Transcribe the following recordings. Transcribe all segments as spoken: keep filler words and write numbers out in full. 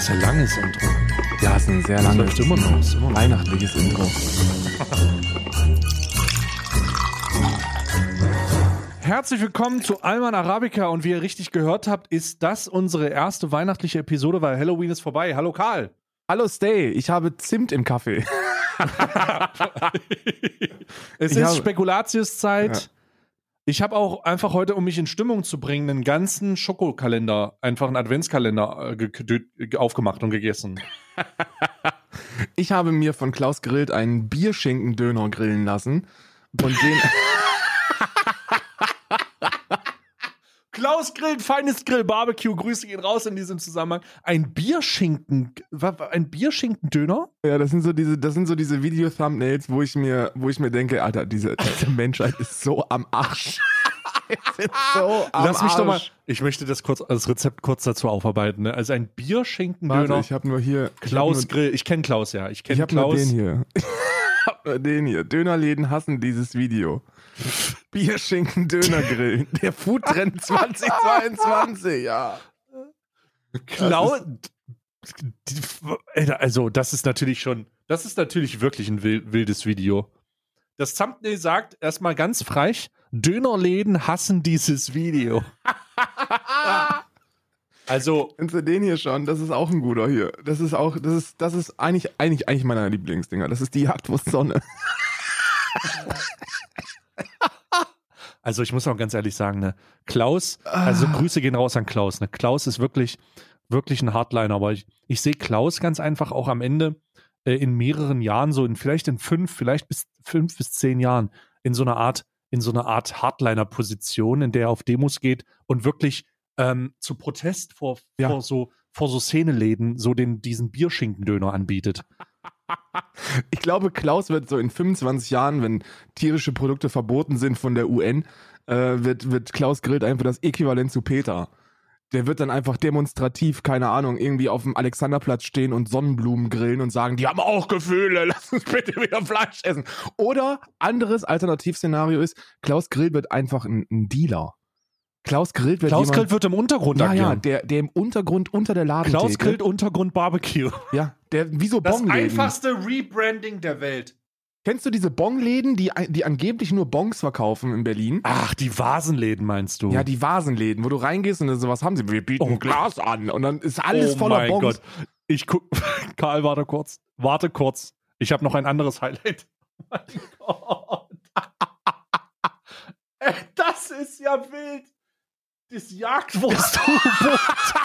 ist ein langes Intro. Ja, es ist ein sehr Das langes, läuft immer noch. Ist immer noch. weihnachtliches Intro. Herzlich willkommen zu Alman Arabica und wie ihr richtig gehört habt, ist das unsere erste weihnachtliche Episode, weil Halloween ist vorbei. Hallo Karl. Hallo Stay, ich habe Zimt im Kaffee. Es Ich ist habe- Spekulatiuszeit. Ja. Ich habe auch einfach heute, um mich in Stimmung zu bringen, einen ganzen Schokokalender, einfach einen Adventskalender äh, ge- ge- aufgemacht und gegessen. Ich habe mir von Klaus Grillt einen Bierschinken-Döner grillen lassen und den... Klaus Grill, feines Grill, Barbecue, Grüße gehen raus in diesem Zusammenhang. Ein Bierschinken, wa- wa- ein Bierschinken-Döner? Ja, das sind so diese, das sind so diese Video-Thumbnails, wo ich mir, wo ich mir denke, Alter, diese, diese Menschheit ist so am Arsch. Wir sind so am Lass mich Arsch. doch mal, ich möchte das kurz, das Rezept kurz dazu aufarbeiten. Ne? Also ein Bierschinken-Döner. Warte, ich habe nur hier... Klaus ich hab nur, Grill, ich kenne Klaus, ja. Ich Ich kenne habe nur Klaus. den hier. Ich hab nur den hier. Dönerläden hassen dieses Video. Bierschinken-Döner-Grill. Der Foodtrend zwanzig zweiundzwanzig, ja. Klaus. Also, das ist natürlich schon, das ist natürlich wirklich ein wil- wildes Video. Das Thumbnail sagt erstmal ganz frech: Dönerläden hassen dieses Video. Also, Kennst du den hier schon? Das ist auch ein guter hier. Das ist auch, das ist, das ist eigentlich, eigentlich, eigentlich meiner Lieblingsdinger. Das ist die Jagdwurst Sonne. also ich muss auch ganz ehrlich sagen, ne, Klaus, also Grüße gehen raus an Klaus. Ne? Klaus ist wirklich, wirklich ein Hardliner, aber ich, ich sehe Klaus ganz einfach auch am Ende äh, in mehreren Jahren, so in vielleicht in fünf, vielleicht bis fünf bis zehn Jahren, in so einer Art, in so einer Art Hardliner-Position, in der er auf Demos geht und wirklich ähm, zu Protest vor, Ja. vor so vor so Szeneläden so den, diesen Bierschinkendöner anbietet. Ich glaube, Klaus wird so in fünfundzwanzig Jahren, wenn tierische Produkte verboten sind von der U N, äh, wird, wird Klaus Grillt einfach das Äquivalent zu Peter. Der wird dann einfach demonstrativ, keine Ahnung, irgendwie auf dem Alexanderplatz stehen und Sonnenblumen grillen und sagen, die haben auch Gefühle, lass uns bitte wieder Fleisch essen. Oder anderes Alternativszenario ist, Klaus Grillt wird einfach ein, ein Dealer. Klaus Grillt wird Klaus jemand, Grillt wird im Untergrund ja, ja, agieren. der, der im Untergrund unter der Ladentheke. Klaus Grillt Untergrund Barbecue. Ja, der, wie so Das Bongläden. einfachste Rebranding der Welt. Kennst du diese Bongläden, die, die angeblich nur Bongs verkaufen in Berlin? Ach, die Vasenläden meinst du? Ja, die Vasenläden, wo du reingehst und dann sowas haben sie. Wir bieten Oh Glas an und dann ist alles oh voller mein Bongs. Gott. Ich guck. Karl, warte kurz. Warte kurz. Ich habe noch ein anderes Highlight. Oh mein Gott. Ey, das ist ja wild. Das Jagdwurst-U-Boot.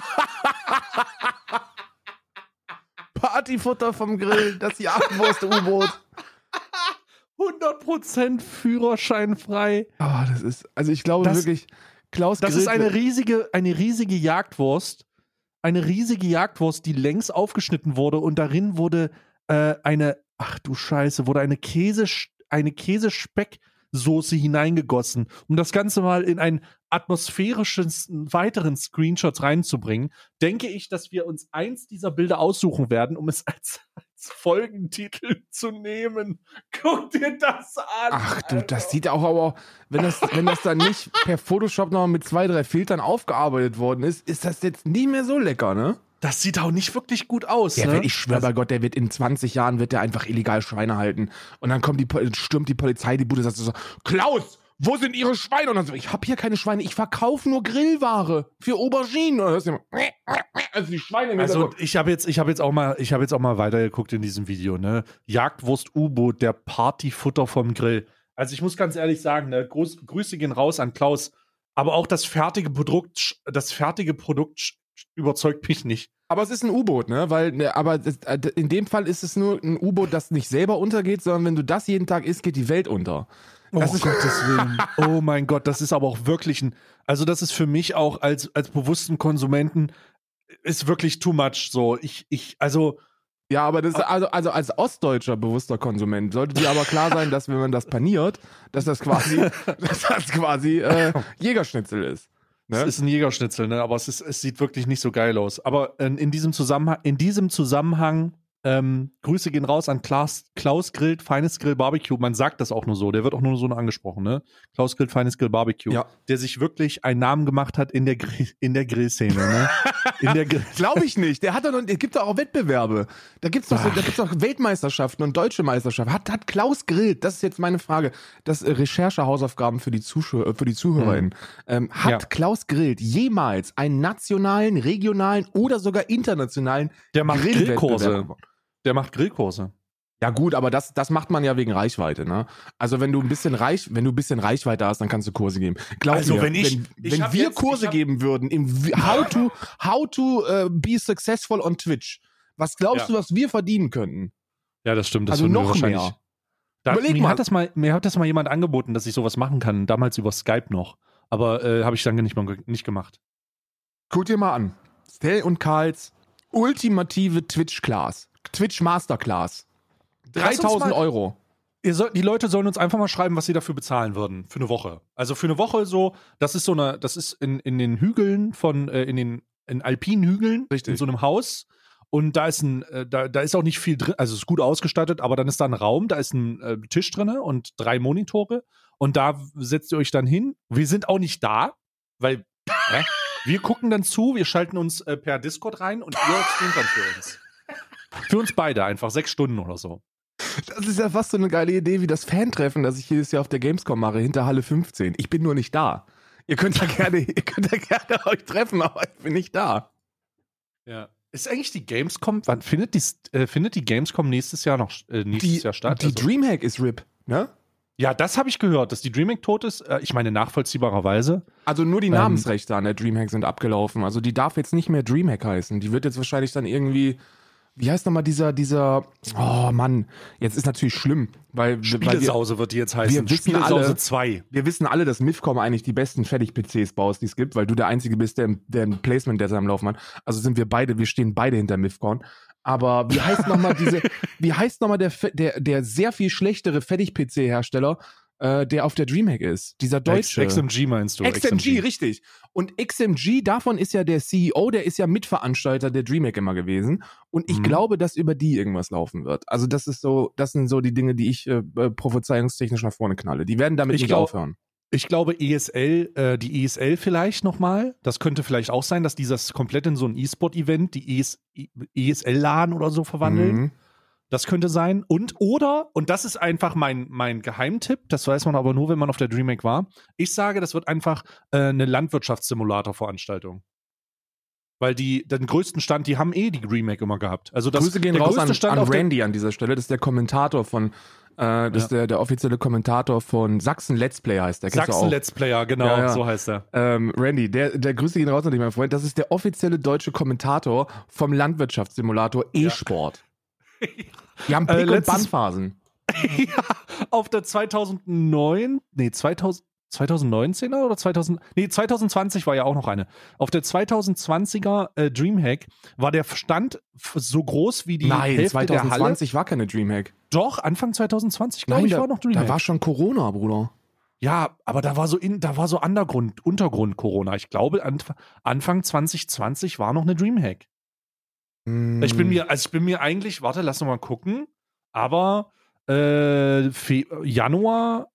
Partyfutter vom Grill, das Jagdwurst-U-Boot. hundert Prozent führerscheinfrei. Oh, das ist, also ich glaube Das- wirklich, Klaus Das Grill ist eine riesige, eine riesige Jagdwurst. Eine riesige Jagdwurst, die längs aufgeschnitten wurde und darin wurde äh, eine, ach du Scheiße, wurde eine Käse, eine Käsespecksoße hineingegossen, um das Ganze mal in einen atmosphärischen weiteren Screenshot reinzubringen, denke ich, dass wir uns eins dieser Bilder aussuchen werden, um es als, als Folgentitel zu nehmen. Guck dir das an. Ach du, Alter. das sieht auch aber, wenn das, wenn das dann nicht per Photoshop noch mit zwei, drei Filtern aufgearbeitet worden ist, ist das jetzt nicht mehr so lecker, ne? Das sieht auch nicht wirklich gut aus. Der ne? wird, ich schwöre bei Gott, der wird in zwanzig Jahren wird der einfach illegal Schweine halten. Und dann kommt die, Po- stürmt die Polizei die Bude und sagt so, Klaus, wo sind Ihre Schweine? Und dann so, ich habe hier keine Schweine, ich verkaufe nur Grillware für Auberginen. Und dann hörst du immer, also die Schweine im Also Hintergrund. ich habe jetzt, ich habe jetzt auch mal, ich habe jetzt auch mal weitergeguckt in diesem Video, ne? Jagdwurst-U-Boot, der Partyfutter vom Grill. Also ich muss ganz ehrlich sagen, ne, Gruß, Grüße gehen raus an Klaus, aber auch das fertige Produkt, das fertige Produkt überzeugt mich nicht. Aber es ist ein U-Boot, ne? Weil, ne, aber das, äh, in dem Fall ist es nur ein U-Boot, das nicht selber untergeht, sondern wenn du das jeden Tag isst, geht die Welt unter. Das oh ist Gottes Willen. Oh mein Gott, das ist aber auch wirklich ein, also das ist für mich auch als, als bewussten Konsumenten ist wirklich too much. So, ich, ich, also Ja, aber das ist also, also als ostdeutscher bewusster Konsument sollte dir aber klar sein, dass wenn man das paniert, dass das quasi, dass das quasi äh, Jägerschnitzel ist. Ne? es ist ein Jägerschnitzel, ne? Aber es ist, es sieht wirklich nicht so geil aus. Aber in, in diesem Zusammenhang, in diesem Zusammenhang Ähm, Grüße gehen raus an Klaus, Klaus Grillt, Feines Grill Barbecue. Man sagt das auch nur so, der wird auch nur so angesprochen, ne? Klaus Grillt, Feines Grill Barbecue. Ja. Der sich wirklich einen Namen gemacht hat in der, Grill, in der Grillszene, ne? In der Grill Glaube ich nicht. Der hat doch noch, es gibt doch auch Wettbewerbe. Da gibt's doch, so, da gibt's doch Weltmeisterschaften und deutsche Meisterschaften. Hat, hat Klaus Grillt, das ist jetzt meine Frage, das äh, Recherche-Hausaufgaben für die, Zuschauer, äh, für die ZuhörerInnen. Mhm. Ähm, hat Ja. Klaus Grillt jemals einen nationalen, regionalen oder sogar internationalen Der macht Grillwettbewerb Grillkurse. gewonnen? Der macht Grillkurse. Ja gut, aber das, das macht man ja wegen Reichweite, ne? Also wenn du ein bisschen Reich, wenn du ein bisschen Reichweite hast, dann kannst du Kurse geben. Glaub Also mir, wenn ich- wenn, ich wenn hab wir jetzt- Kurse ich hab- geben würden im How to How to uh, be successful on Twitch, was glaubst Ja. du, was wir verdienen könnten? Ja, das stimmt. Das Also würden wir noch wahrscheinlich- mehr. Da, Überleg mir, mal. Hat das mal, mir hat das mal jemand angeboten, dass ich sowas machen kann, damals über Skype noch. Aber äh, habe ich dann nicht, mal, nicht gemacht. Guck dir mal an. Stell und Karls ultimative Twitch-Class. Twitch Masterclass. Lass uns dreitausend mal- Euro. Ihr soll, die Leute sollen uns einfach mal schreiben, was sie dafür bezahlen würden. Für eine Woche. Also für eine Woche so, das ist so eine, das ist in, in den Hügeln von, äh, in den in alpinen Hügeln, Richtig. in so einem Haus. Und da ist ein, äh, da, da ist auch nicht viel drin, also es ist gut ausgestattet, aber dann ist da ein Raum, da ist ein äh, Tisch drin und drei Monitore. Und da setzt ihr euch dann hin. Wir sind auch nicht da, weil hä? Wir gucken dann zu, wir schalten uns äh, per Discord rein und ihr streamt dann für uns. Für uns beide einfach, sechs Stunden oder so. Das ist ja fast so eine geile Idee wie das Fan-Treffen, das ich jedes Jahr auf der Gamescom mache, hinter Halle fünfzehn. Ich bin nur nicht da. Ihr könnt ja gerne, ihr könnt ja gerne euch treffen, aber ich bin nicht da. Ja. Ist eigentlich die Gamescom, wann findet die, äh, findet die Gamescom nächstes Jahr noch äh, nächstes Die, Jahr statt? die Also- Dreamhack ist R I P, ne? Ja, das habe ich gehört, dass die Dreamhack tot ist. Äh, ich meine, nachvollziehbarerweise. Also nur die Ähm, Namensrechte an der Dreamhack sind abgelaufen. Also die darf jetzt nicht mehr Dreamhack heißen. Die wird jetzt wahrscheinlich dann irgendwie, wie heißt nochmal dieser, dieser, oh Mann, jetzt ist natürlich schlimm, weil, weil wir, Spielesause wird die jetzt heißen. wir wissen Spielesause alle- zwei. wir wissen alle, dass Mifcom eigentlich die besten Fertig-P Cs baust, die es gibt, weil du der Einzige bist, der, der ein Placement der am Laufen hat. Also sind wir beide, wir stehen beide hinter Mifcon. Aber wie heißt nochmal diese, wie heißt nochmal der, Fe- der, der sehr viel schlechtere Fertig-P C-Hersteller, äh, der auf der Dreamhack ist? Dieser deutsche. X M G meinst du? X M G, richtig. Und X M G, davon ist ja der C E O, der ist ja Mitveranstalter der Dreamhack immer gewesen. Und ich Mhm. glaube, dass über die irgendwas laufen wird. Also das ist so, das sind so die Dinge, die ich äh, äh, prophezeiungstechnisch nach vorne knalle. Die werden damit Ich nicht glaub- aufhören. Ich glaube, E S L, äh, die E S L vielleicht nochmal. Das könnte vielleicht auch sein, dass dieses komplett in so ein E-Sport-Event, die E S L-LAN oder so verwandeln. Mhm. Das könnte sein. Und, oder, und das ist einfach mein, mein Geheimtipp, das weiß man aber nur, wenn man auf der Dreamhack war. Ich sage, das wird einfach äh, eine Landwirtschaftssimulator-Veranstaltung. Weil die, den größten Stand, die haben eh die Dreamhack immer gehabt. Also das, Grüße gehen der raus größte an, Stand an auf der- Randy an dieser Stelle. Das ist der Kommentator von, äh, das ist der, der offizielle Kommentator von Sachsen Let's Play heißt der. Kennst du Sachsen auch? Let's Player, genau, Ja, ja. so heißt er. Ähm, Randy, der, der Grüße gehen raus an dich, mein Freund. Das ist der offizielle deutsche Kommentator vom Landwirtschaftssimulator E-Sport. Die haben Äh, Pick- und letztes- Bannphasen. Ja, auf der zweitausendneun, nee, zweitausend, zweitausendneunzehner oder zweitausend, nee, zweitausendzwanzig war ja auch noch eine. Auf der zweitausendzwanziger äh, Dreamhack war der Stand f- so groß wie die Nein, Hälfte der Halle. zweitausendzwanzig war keine Dreamhack. Doch, Anfang zweitausendzwanzig, glaube Nein, ich, da, war noch Dreamhack. da war schon Corona, Bruder. ja, aber da war so in, da war so Undergrund, Untergrund Corona. Ich glaube, Anf Anfang zwanzig zwanzig war noch eine Dreamhack. Ich Hm. bin mir, also ich bin mir eigentlich, warte, lass noch mal gucken, aber äh, Fe Januar,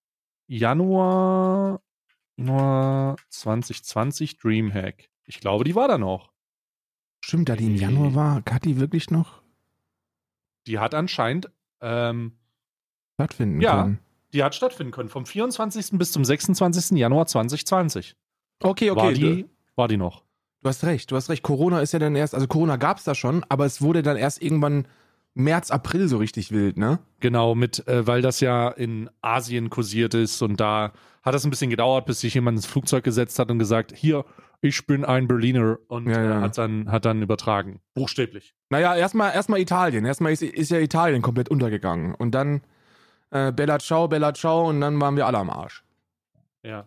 Januar, Januar zwanzig zwanzig Dreamhack. Ich glaube, die war da noch. Stimmt, da die im Januar war, hat die wirklich noch Die hat anscheinend, ähm, stattfinden Ja. können? die hat stattfinden können. Vom vierundzwanzigsten bis zum sechsundzwanzigsten Januar zwanzig zwanzig. Okay, okay. War die, war die noch. Du hast recht, du hast recht. Corona ist ja dann erst, also Corona gab es da schon, aber es wurde dann erst irgendwann März, April so richtig wild, ne? Genau, mit, äh, weil das ja in Asien kursiert ist und da hat es ein bisschen gedauert, bis sich jemand ins Flugzeug gesetzt hat und gesagt, hier, ich bin ein Berliner und Ja, ja. Äh, hat, dann, hat dann übertragen. Buchstäblich. Naja, erstmal erstmal Italien. Erstmal ist, ist ja Italien komplett untergegangen. Und dann äh, Bella Ciao, Bella Ciao und dann waren wir alle am Arsch. Ja.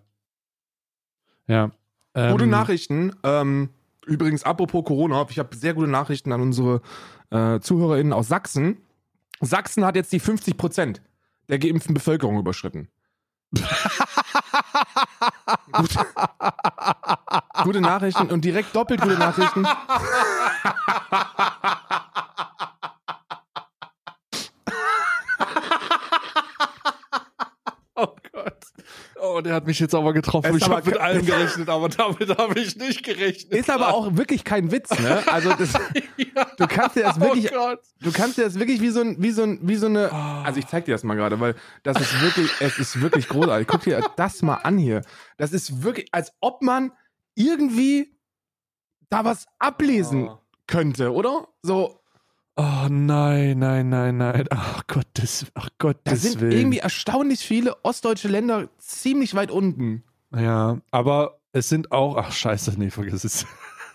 Ja. Gute Ähm, Nachrichten. Ähm, übrigens, apropos Corona, ich habe sehr gute Nachrichten an unsere äh, ZuhörerInnen aus Sachsen. Sachsen hat jetzt die fünfzig Prozent der geimpften Bevölkerung überschritten. gute, gute Nachrichten und direkt doppelt gute Nachrichten. Oh, der hat mich jetzt aber getroffen. Ist ich aber habe mit ke- allem gerechnet, aber damit habe ich nicht gerechnet. Ist aber auch wirklich kein Witz, ne? Also das, ja. du kannst dir das wirklich, Oh Gott. du kannst dir das wirklich wie so ein, wie so ein, wie so eine. Also ich zeig dir das mal gerade, weil das ist wirklich, es ist wirklich großartig. Guck dir das mal an hier. Das ist wirklich, als ob man irgendwie da was ablesen Oh. könnte, oder? So. Oh nein, nein, nein, nein. Ach Gottes, ach Da Gottes sind Willen. irgendwie erstaunlich viele ostdeutsche Länder ziemlich weit unten. Ja, aber es sind auch. Ach Scheiße, nee, vergiss es.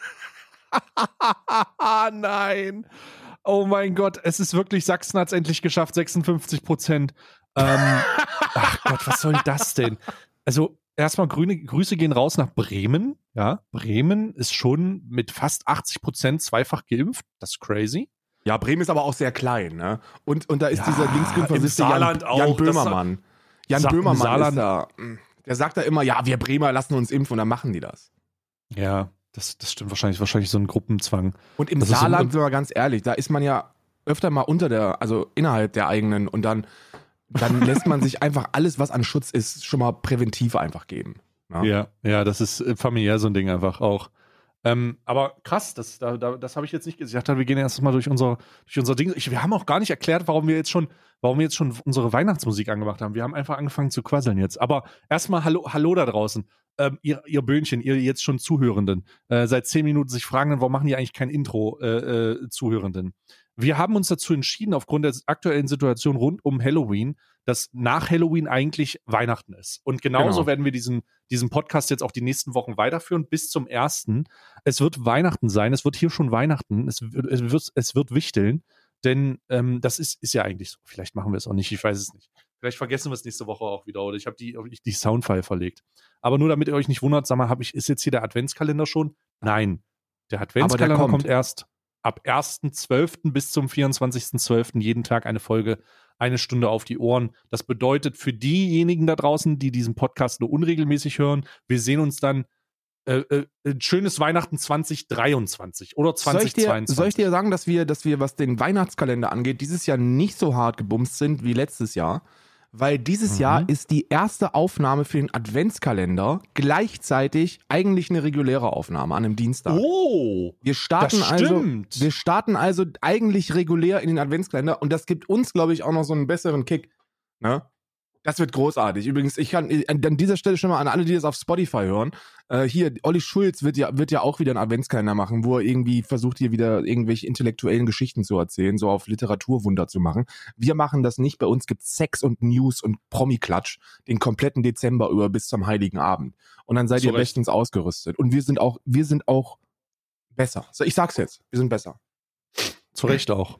Nein. Oh mein Gott, es ist wirklich, Sachsen hat es endlich geschafft, sechsundfünfzig Prozent. Ähm, ach Gott, was soll das denn? Also, erstmal grüne, Grüße gehen raus nach Bremen. Ja, Bremen ist schon mit fast achtzig Prozent zweifach geimpft. Das ist crazy. Ja, Bremen ist aber auch sehr klein, ne? Und, und da ist Ja, dieser linksgrün im versiffte Jan, Saarland auch, Jan das- Böhmermann. Jan Sa- im Böhmermann Saarland- ist da. Der sagt da immer, ja, wir Bremer lassen uns impfen und dann machen die das. Ja, das, das stimmt wahrscheinlich. Wahrscheinlich so ein Gruppenzwang. Und im Das ist so- Saarland, sind wir ganz ehrlich, da ist man ja öfter mal unter der, also innerhalb der eigenen und dann, dann lässt man sich einfach alles, was an Schutz ist, schon mal präventiv einfach geben. Ja? Ja, ja, das ist äh, familiär so ein Ding einfach auch. Ähm, aber krass, das, da, da, das habe ich jetzt nicht gesehen. Ich dachte, wir gehen erst mal durch unser, durch unser Ding. Ich, wir haben auch gar nicht erklärt, warum wir jetzt schon, warum wir jetzt schon unsere Weihnachtsmusik angemacht haben. Wir haben einfach angefangen zu quasseln jetzt. Aber erstmal hallo, hallo da draußen. Ähm, ihr, ihr Böhnchen, ihr jetzt schon Zuhörenden, äh, seit zehn Minuten sich fragen, warum machen die eigentlich kein Intro, äh, äh, Zuhörenden? Wir haben uns dazu entschieden, aufgrund der aktuellen Situation rund um Halloween, dass nach Halloween eigentlich Weihnachten ist. Und genauso Genau. werden wir diesen, diesen Podcast jetzt auch die nächsten Wochen weiterführen, bis zum ersten. Es wird Weihnachten sein, es wird hier schon Weihnachten, es wird, es wird, es wird wichteln, denn ähm, das ist, ist ja eigentlich so. Vielleicht machen wir es auch nicht, ich weiß es nicht. Vielleicht vergessen wir es nächste Woche auch wieder oder ich habe die, hab ich die Soundfile verlegt. Aber nur damit ihr euch nicht wundert, sag mal, hab ich, ist jetzt hier der Adventskalender schon? Nein, der Adventskalender kommt. kommt erst ab ersten zwölften bis zum vierundzwanzigsten zwölften jeden Tag eine Folge, eine Stunde auf die Ohren. Das bedeutet für diejenigen da draußen, die diesen Podcast nur unregelmäßig hören, wir sehen uns dann äh, äh, ein schönes Weihnachten zwanzig dreiundzwanzig oder Soll ich, dir, zwanzig zweiundzwanzig. soll ich dir sagen, dass wir, dass wir, was den Weihnachtskalender angeht, dieses Jahr nicht so hart gebumst sind wie letztes Jahr? Weil dieses Mhm. Jahr ist die erste Aufnahme für den Adventskalender gleichzeitig eigentlich eine reguläre Aufnahme an einem Dienstag. Oh, Wir starten das also, stimmt. wir starten also eigentlich regulär in den Adventskalender und das gibt uns, glaube ich, auch noch so einen besseren Kick. Ne? Das wird großartig. Übrigens, ich kann an dieser Stelle schon mal an alle, die das auf Spotify hören, äh, hier, Olli Schulz wird ja, wird ja auch wieder einen Adventskalender machen, wo er irgendwie versucht, hier wieder irgendwelche intellektuellen Geschichten zu erzählen, so auf Literaturwunder zu machen. Wir machen das nicht. Bei uns gibt's Sex und News und Promi-Klatsch den kompletten Dezember über bis zum Heiligen Abend. Und dann seid Zu ihr Recht. bestens ausgerüstet. Und wir sind auch, wir sind auch besser. So, ich sag's jetzt, wir sind besser. Zu Recht auch.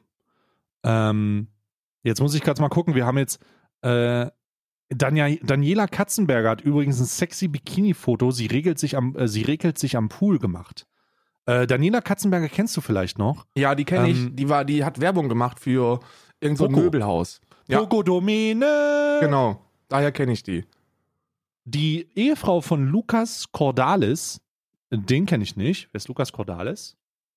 Ähm, jetzt muss ich gerade mal gucken, wir haben jetzt äh, Dania, Daniela Katzenberger hat übrigens ein sexy Bikini-Foto, sie regelt sich am, äh, sie regelt sich am Pool gemacht. Äh, Daniela Katzenberger kennst du vielleicht noch? Ja, die kenne Ähm, ich. Die war, die hat Werbung gemacht für irgend so ein Poco. Möbelhaus. Ja. Poco Domene! Genau. Daher kenne ich die. Die Ehefrau von Lukas Cordalis, den kenne ich nicht. Wer ist Lukas Cordalis?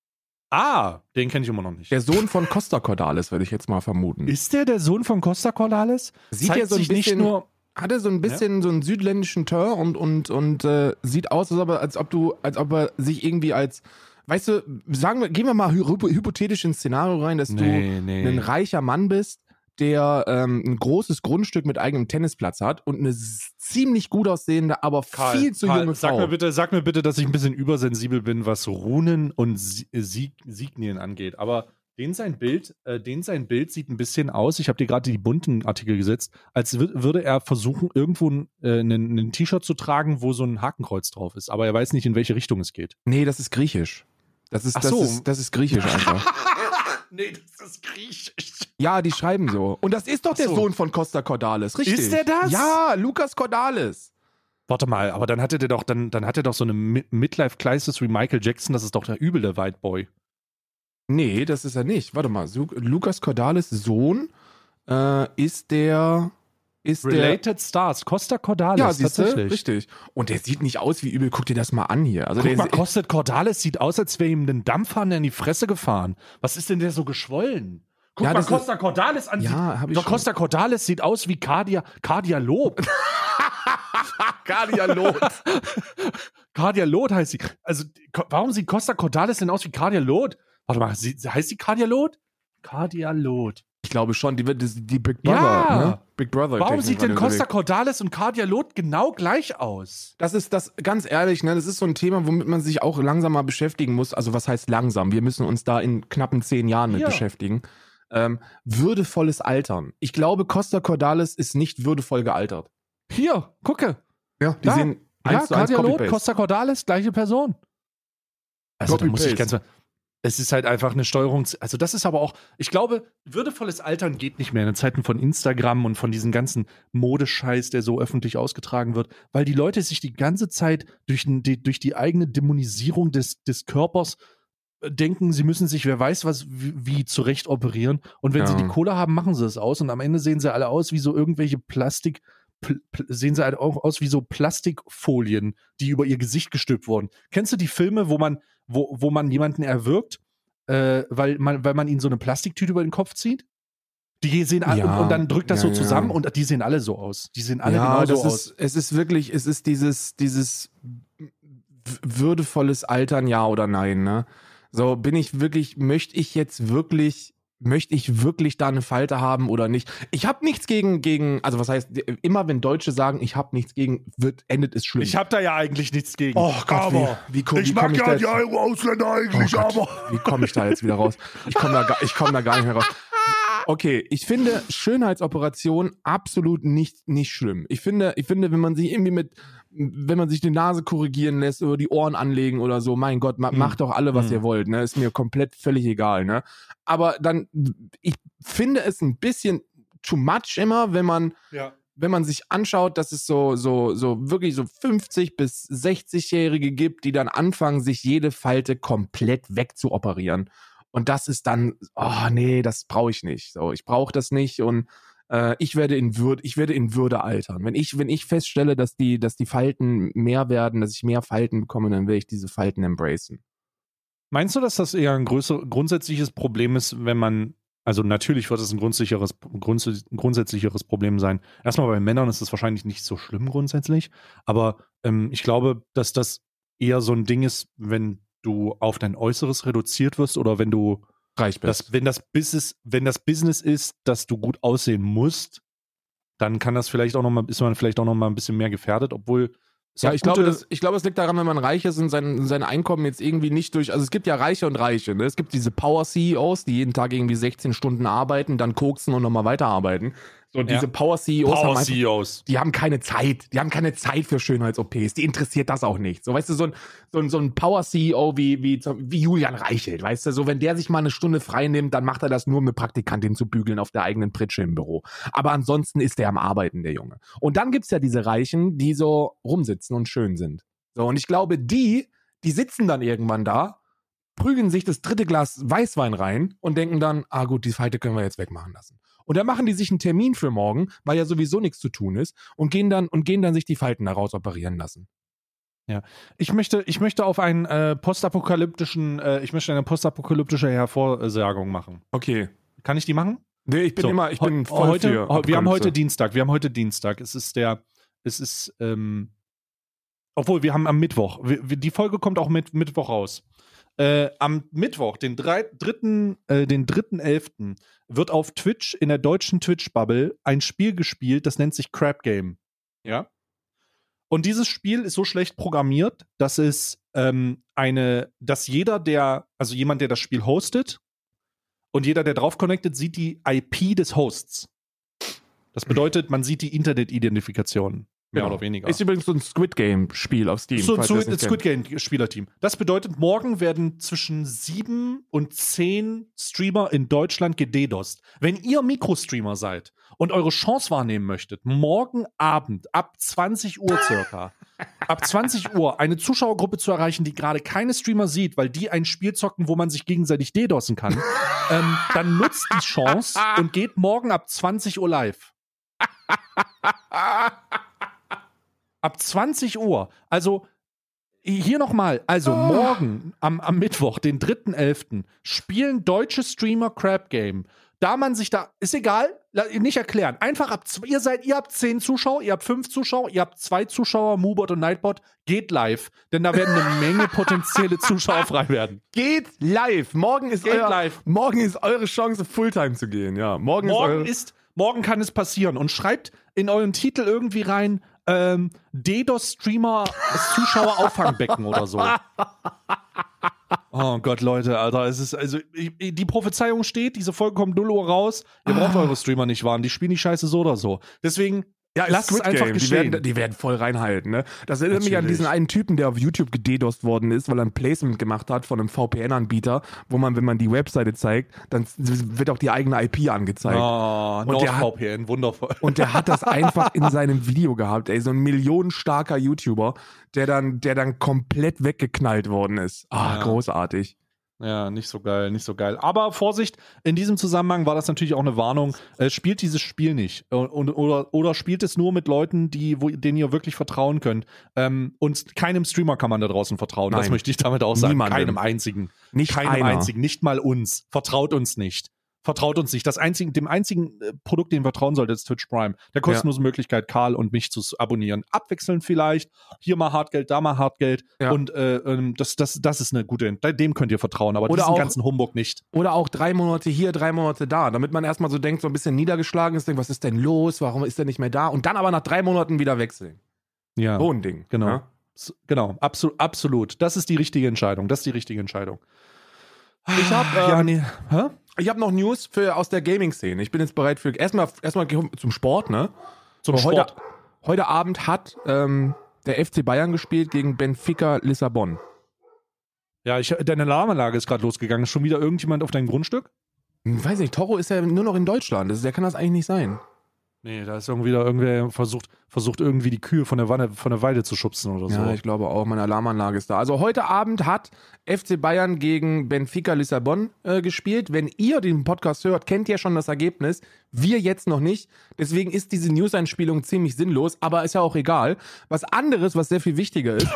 Ah, den kenne ich immer noch nicht. Der Sohn von Costa Cordalis, würde ich jetzt mal vermuten. Ist der der Sohn von Costa Cordalis? Sieht Zeigt ja so ein sich nicht bisschen- nur. Hat er so ein bisschen so einen südländischen Teint und, und, und äh, sieht aus, als ob, er, als ob du, als ob er sich irgendwie als, weißt du, sagen wir, gehen wir mal hy hypothetisch ins Szenario rein, dass Nee, du nee. ein reicher Mann bist, der ähm, ein großes Grundstück mit eigenem Tennisplatz hat und eine s- ziemlich gut aussehende, aber Karl, viel zu Karl, junge sag Frau. mir bitte, sag mir bitte, dass ich ein bisschen übersensibel bin, was Runen und Sie- Sieg Signien angeht. Aber den sein Bild, äh, den sein Bild sieht ein bisschen aus. Ich habe dir gerade die bunten Artikel gesetzt, als wür- würde er versuchen, irgendwo ein, äh, ein, ein T-Shirt zu tragen, wo so ein Hakenkreuz drauf ist. Aber er weiß nicht, in welche Richtung es geht. Nee, das ist griechisch. Das ist, Ach das so. ist, das ist griechisch einfach. Nee, das ist griechisch. Ja, die schreiben so. Und das ist doch der Ach so. Sohn von Costa Cordalis, richtig? Ist der das? Ja, Lukas Cordalis. Warte mal, aber dann hatte der doch, dann, dann hat er doch so eine Mi- Midlife-Crisis wie Michael Jackson. Das ist doch der übel, der White Boy. Nee, das ist er nicht. Warte mal, Su Lukas Cordalis Sohn äh, ist der ist Related Stars, Costa der Cordalis, Ja, siehst du? tatsächlich. Richtig. Und der sieht nicht aus wie übel. Guck dir das mal an hier. Also Guck der mal, ist, Costa Cordalis sieht aus, als wäre ihm ein Dampfhahn in die Fresse gefahren. Was ist denn der so geschwollen? Guck Ja, mal das Costa Cordalis an. Ja, hab ich Doch schon. Costa Cordalis sieht aus wie Cardia, Cardia Lob. Kadia Loth. Kadia Loth heißt sie. Also, warum sieht Costa Cordalis denn aus wie Kadia Loth? Warte mal, sie, heißt sie Kadia Loth? Kadia Loth. Ich glaube schon, die wird die Big Brother, Ja. ne? Big Brother. Warum Technik sieht denn war Costa unterwegs. Cordalis und Kadia Loth genau gleich aus? Das ist das, ganz ehrlich, ne, das ist so ein Thema, womit man sich auch langsam mal beschäftigen muss. Also was heißt langsam? Wir müssen uns da in knappen zehn Jahren mit Ja. beschäftigen. Ähm, würdevolles Altern. Ich glaube, Costa Cordalis ist nicht würdevoll gealtert. Hier, gucke. Ja, die Da. sehen Ja, eins zu eins Kadia Loth, Copy-Paste. Costa Cordalis, gleiche Person. Also da muss ich ganz Copy-Paste. Es ist halt einfach eine Steuerung. Also, das ist aber auch, ich glaube, würdevolles Altern geht nicht mehr in Zeiten von Instagram und von diesem ganzen Modescheiß, der so öffentlich ausgetragen wird, weil die Leute sich die ganze Zeit durch, die, durch die eigene Dämonisierung des, des Körpers äh, denken, sie müssen sich, wer weiß was, wie, wie zurecht operieren. Und wenn Ja. sie die Kohle haben, machen sie es aus. Und am Ende sehen sie alle aus wie so irgendwelche Plastik, pl, pl, sehen sie halt auch aus wie so Plastikfolien, die über ihr Gesicht gestülpt wurden. Kennst du die Filme, wo man Wo, wo man jemanden erwürgt, äh, weil, man, weil man ihnen so eine Plastiktüte über den Kopf zieht? Die sehen alle, Ja, und, und dann drückt das ja, so zusammen ja. und die sehen alle so aus. Die sehen alle Ja, genau das so ist, aus. es ist wirklich, es ist dieses, dieses w- würdevolles Altern, ja oder nein, ne? So, bin ich wirklich, möchte ich jetzt wirklich, möchte ich wirklich da eine Falte haben oder nicht? Ich habe nichts gegen, gegen, also was heißt, immer wenn Deutsche sagen, ich habe nichts gegen, wird, endet es schlimm. Ich habe da ja eigentlich nichts gegen. Oh Gott, aber wie, wie, komm- wie ich komm mag ich ja da die jetzt- Euro-Ausländer eigentlich, Oh Gott, aber. wie komme ich da jetzt wieder raus? Ich komme da, gar- ich komm da gar nicht mehr raus. Okay, ich finde Schönheitsoperation absolut nicht, nicht schlimm. Ich finde, ich finde, wenn man sich irgendwie mit, wenn man sich die Nase korrigieren lässt oder die Ohren anlegen oder so, mein Gott, ma, Mm. macht doch alle, was Mm. ihr wollt, ne? Ist mir komplett völlig egal, ne? Aber dann, ich finde es ein bisschen too much immer, wenn man, Ja. wenn man sich anschaut, dass es so, so, so wirklich so fünfzig- bis sechzig-Jährige gibt, die dann anfangen, sich jede Falte komplett wegzuoperieren. Und das ist dann, oh nee, das brauche ich nicht. So, ich brauche das nicht und äh, ich werde in Würde, ich werde in Würde altern. Wenn ich, wenn ich feststelle, dass die, dass die Falten mehr werden, dass ich mehr Falten bekomme, dann werde ich diese Falten embracen. Meinst du, dass das eher ein größer, grundsätzliches Problem ist, wenn man, also natürlich wird es ein grundsätzlicheres, grunds- grundsätzlicheres Problem sein. Erstmal bei Männern ist es wahrscheinlich nicht so schlimm grundsätzlich, aber ähm, ich glaube, dass das eher so ein Ding ist, wenn du auf dein Äußeres reduziert wirst oder wenn du Reich bist. das, wenn das Business, wenn das Business ist, dass du gut aussehen musst, dann kann das vielleicht auch noch mal, ist man vielleicht auch noch mal ein bisschen mehr gefährdet, obwohl es Ja, hat ich glaube, gute- das, ich glaube, es liegt daran, wenn man reich ist und sein, sein Einkommen jetzt irgendwie nicht durch, also es gibt ja Reiche und Reiche, ne? Es gibt diese Power-C E Os, die jeden Tag irgendwie sechzehn Stunden arbeiten, dann koksen und nochmal weiterarbeiten. So, diese Power-C E Os haben einfach, Power-C E Os. die haben keine Zeit, die haben keine Zeit für Schönheits-O Ps, die interessiert das auch nicht. So, weißt du, so ein, so ein, so ein Power-C E O wie, wie, wie Julian Reichelt, weißt du, so, wenn der sich mal eine Stunde frei nimmt, dann macht er das nur, um eine Praktikantin zu bügeln auf der eigenen Pritsche im Büro. Aber ansonsten ist der am Arbeiten, der Junge. Und dann gibt's ja diese Reichen, die so rumsitzen und schön sind. So, und ich glaube, die, die sitzen dann irgendwann da, prügeln sich das dritte Glas Weißwein rein und denken dann, ah gut, die Falte können wir jetzt wegmachen lassen. Und dann machen die sich einen Termin für morgen, weil ja sowieso nichts zu tun ist, und gehen dann, und gehen dann sich die Falten daraus operieren lassen. Ich möchte, ich möchte auf einen äh, postapokalyptischen, äh, ich möchte eine postapokalyptische Hervorsagung machen. Okay. Kann ich die machen? Nee, ich bin So, immer, ich heu- bin voll heute, für heu- Wir haben Apokalypse. heute Dienstag. Wir haben heute Dienstag. Es ist der, es ist, ähm, obwohl wir haben am Mittwoch. Wir, wir, die Folge kommt auch mit Mittwoch raus. Äh, am Mittwoch, den drei, dritten, äh, den dritten elften wird auf Twitch in der deutschen Twitch-Bubble ein Spiel gespielt, das nennt sich Crap Game. Ja. Und dieses Spiel ist so schlecht programmiert, dass es ähm, eine, dass jeder, der, also jemand, der das Spiel hostet und jeder, der drauf connectet, sieht die I P des Hosts. Das bedeutet, man sieht die Internet-Identifikation. Mehr Genau. oder weniger. Ist übrigens so ein Squid Game-Spiel auf Steam. So ein falls ihr das Squid, nicht Squid kennt. Game Spielerteam. Das bedeutet, morgen werden zwischen sieben und zehn Streamer in Deutschland gededost. Wenn ihr Mikrostreamer seid und eure Chance wahrnehmen möchtet, morgen Abend ab zwanzig Uhr circa, ab zwanzig Uhr eine Zuschauergruppe zu erreichen, die gerade keine Streamer sieht, weil die ein Spiel zocken, wo man sich gegenseitig dedosen kann, ähm, dann nutzt die Chance und geht morgen ab zwanzig Uhr live. Ab zwanzig Uhr. Also hier nochmal. Also Oh. morgen am, am Mittwoch, den dritten elften spielen deutsche Streamer Crap Game. da man sich da, ist egal, nicht erklären. Einfach ab, ihr seid, ihr habt zehn Zuschauer, ihr habt fünf Zuschauer, ihr habt zwei Zuschauer, Moobot und Nightbot, geht live. Denn da werden eine Menge potenzielle Zuschauer frei werden. Geht live. Morgen ist, geht euer, live. Morgen ist eure Chance, Fulltime zu gehen. Ja, morgen, morgen ist, eure ist Morgen kann es passieren. Und schreibt in euren Titel irgendwie rein, ähm, DDoS-Streamer Zuschauer Auffangbecken oder so. Oh Gott, Leute, Alter, es ist, also, die Prophezeiung steht, diese Folge kommt null Uhr raus, ihr braucht eure Streamer nicht warnen, die spielen die Scheiße so oder so. Deswegen, ja, lasst es einfach Game. geschehen. Die werden, die werden voll reinhalten, ne? Das erinnert Natürlich. mich an diesen einen Typen, der auf YouTube gededost worden ist, weil er ein Placement gemacht hat von einem V P N-Anbieter, wo man, wenn man die Webseite zeigt, dann wird auch die eigene I P angezeigt. Oh, NordVPN, wundervoll. Und der hat das einfach in seinem Video gehabt, ey, so ein millionenstarker YouTuber, der dann, der dann komplett weggeknallt worden ist. Ah, ja. großartig. Ja, nicht so geil, nicht so geil. Aber Vorsicht, in diesem Zusammenhang war das natürlich auch eine Warnung. Äh, spielt dieses Spiel nicht. Und, und, oder, oder spielt es nur mit Leuten, die, wo, denen ihr wirklich vertrauen könnt. Ähm, und keinem Streamer kann man da draußen vertrauen. Nein. Das möchte ich damit auch sagen. Niemandem. Keinem einzigen. Nicht Keinem einer. einzigen. Nicht mal uns. Vertraut uns nicht. Vertraut uns nicht. Das einzige, dem einzigen äh, Produkt, dem ihr vertrauen solltet, ist Twitch Prime. Der kostenlose ja. Möglichkeit, Karl und mich zu abonnieren. Abwechselnd vielleicht. Hier mal Hartgeld, da mal Hartgeld. Ja. Und äh, ähm, das, das, das ist eine gute, dem könnt ihr vertrauen. Aber oder diesen auch, ganzen Humbug nicht. Oder auch drei Monate hier, drei Monate da. Damit man erstmal so denkt, so ein bisschen niedergeschlagen ist, denkt, was ist denn los? Warum ist der nicht mehr da? Und dann aber nach drei Monaten wieder wechseln. Ja. So ein Ding. Genau. Ja? Genau. Absolut, absolut. Das ist die richtige Entscheidung. Das ist die richtige Entscheidung. Ich habe ähm, ja, nee. Hä? Ich habe noch News für, aus der Gaming-Szene. Ich bin jetzt bereit für erstmal erstmal zum Sport, ne? Zum so, Sport. Heute, heute Abend hat ähm, der F C Bayern gespielt gegen Benfica Lissabon. Ja, ich, deine Alarmanlage ist gerade losgegangen. Ist schon wieder irgendjemand auf deinem Grundstück? Hm, weiß nicht, Toro ist ja nur noch in Deutschland. Das, der kann das eigentlich nicht sein. Nee, da ist irgendwie da irgendwer versucht, versucht irgendwie die Kühe von der, Wanne, von der Weide zu schubsen oder so. Ja, ich glaube auch, meine Alarmanlage ist da. Also heute Abend hat F C Bayern gegen Benfica Lissabon äh, gespielt. Wenn ihr den Podcast hört, kennt ihr schon das Ergebnis. Wir jetzt noch nicht. Deswegen ist diese News-Einspielung ziemlich sinnlos, aber ist ja auch egal. Was anderes, was sehr viel wichtiger ist,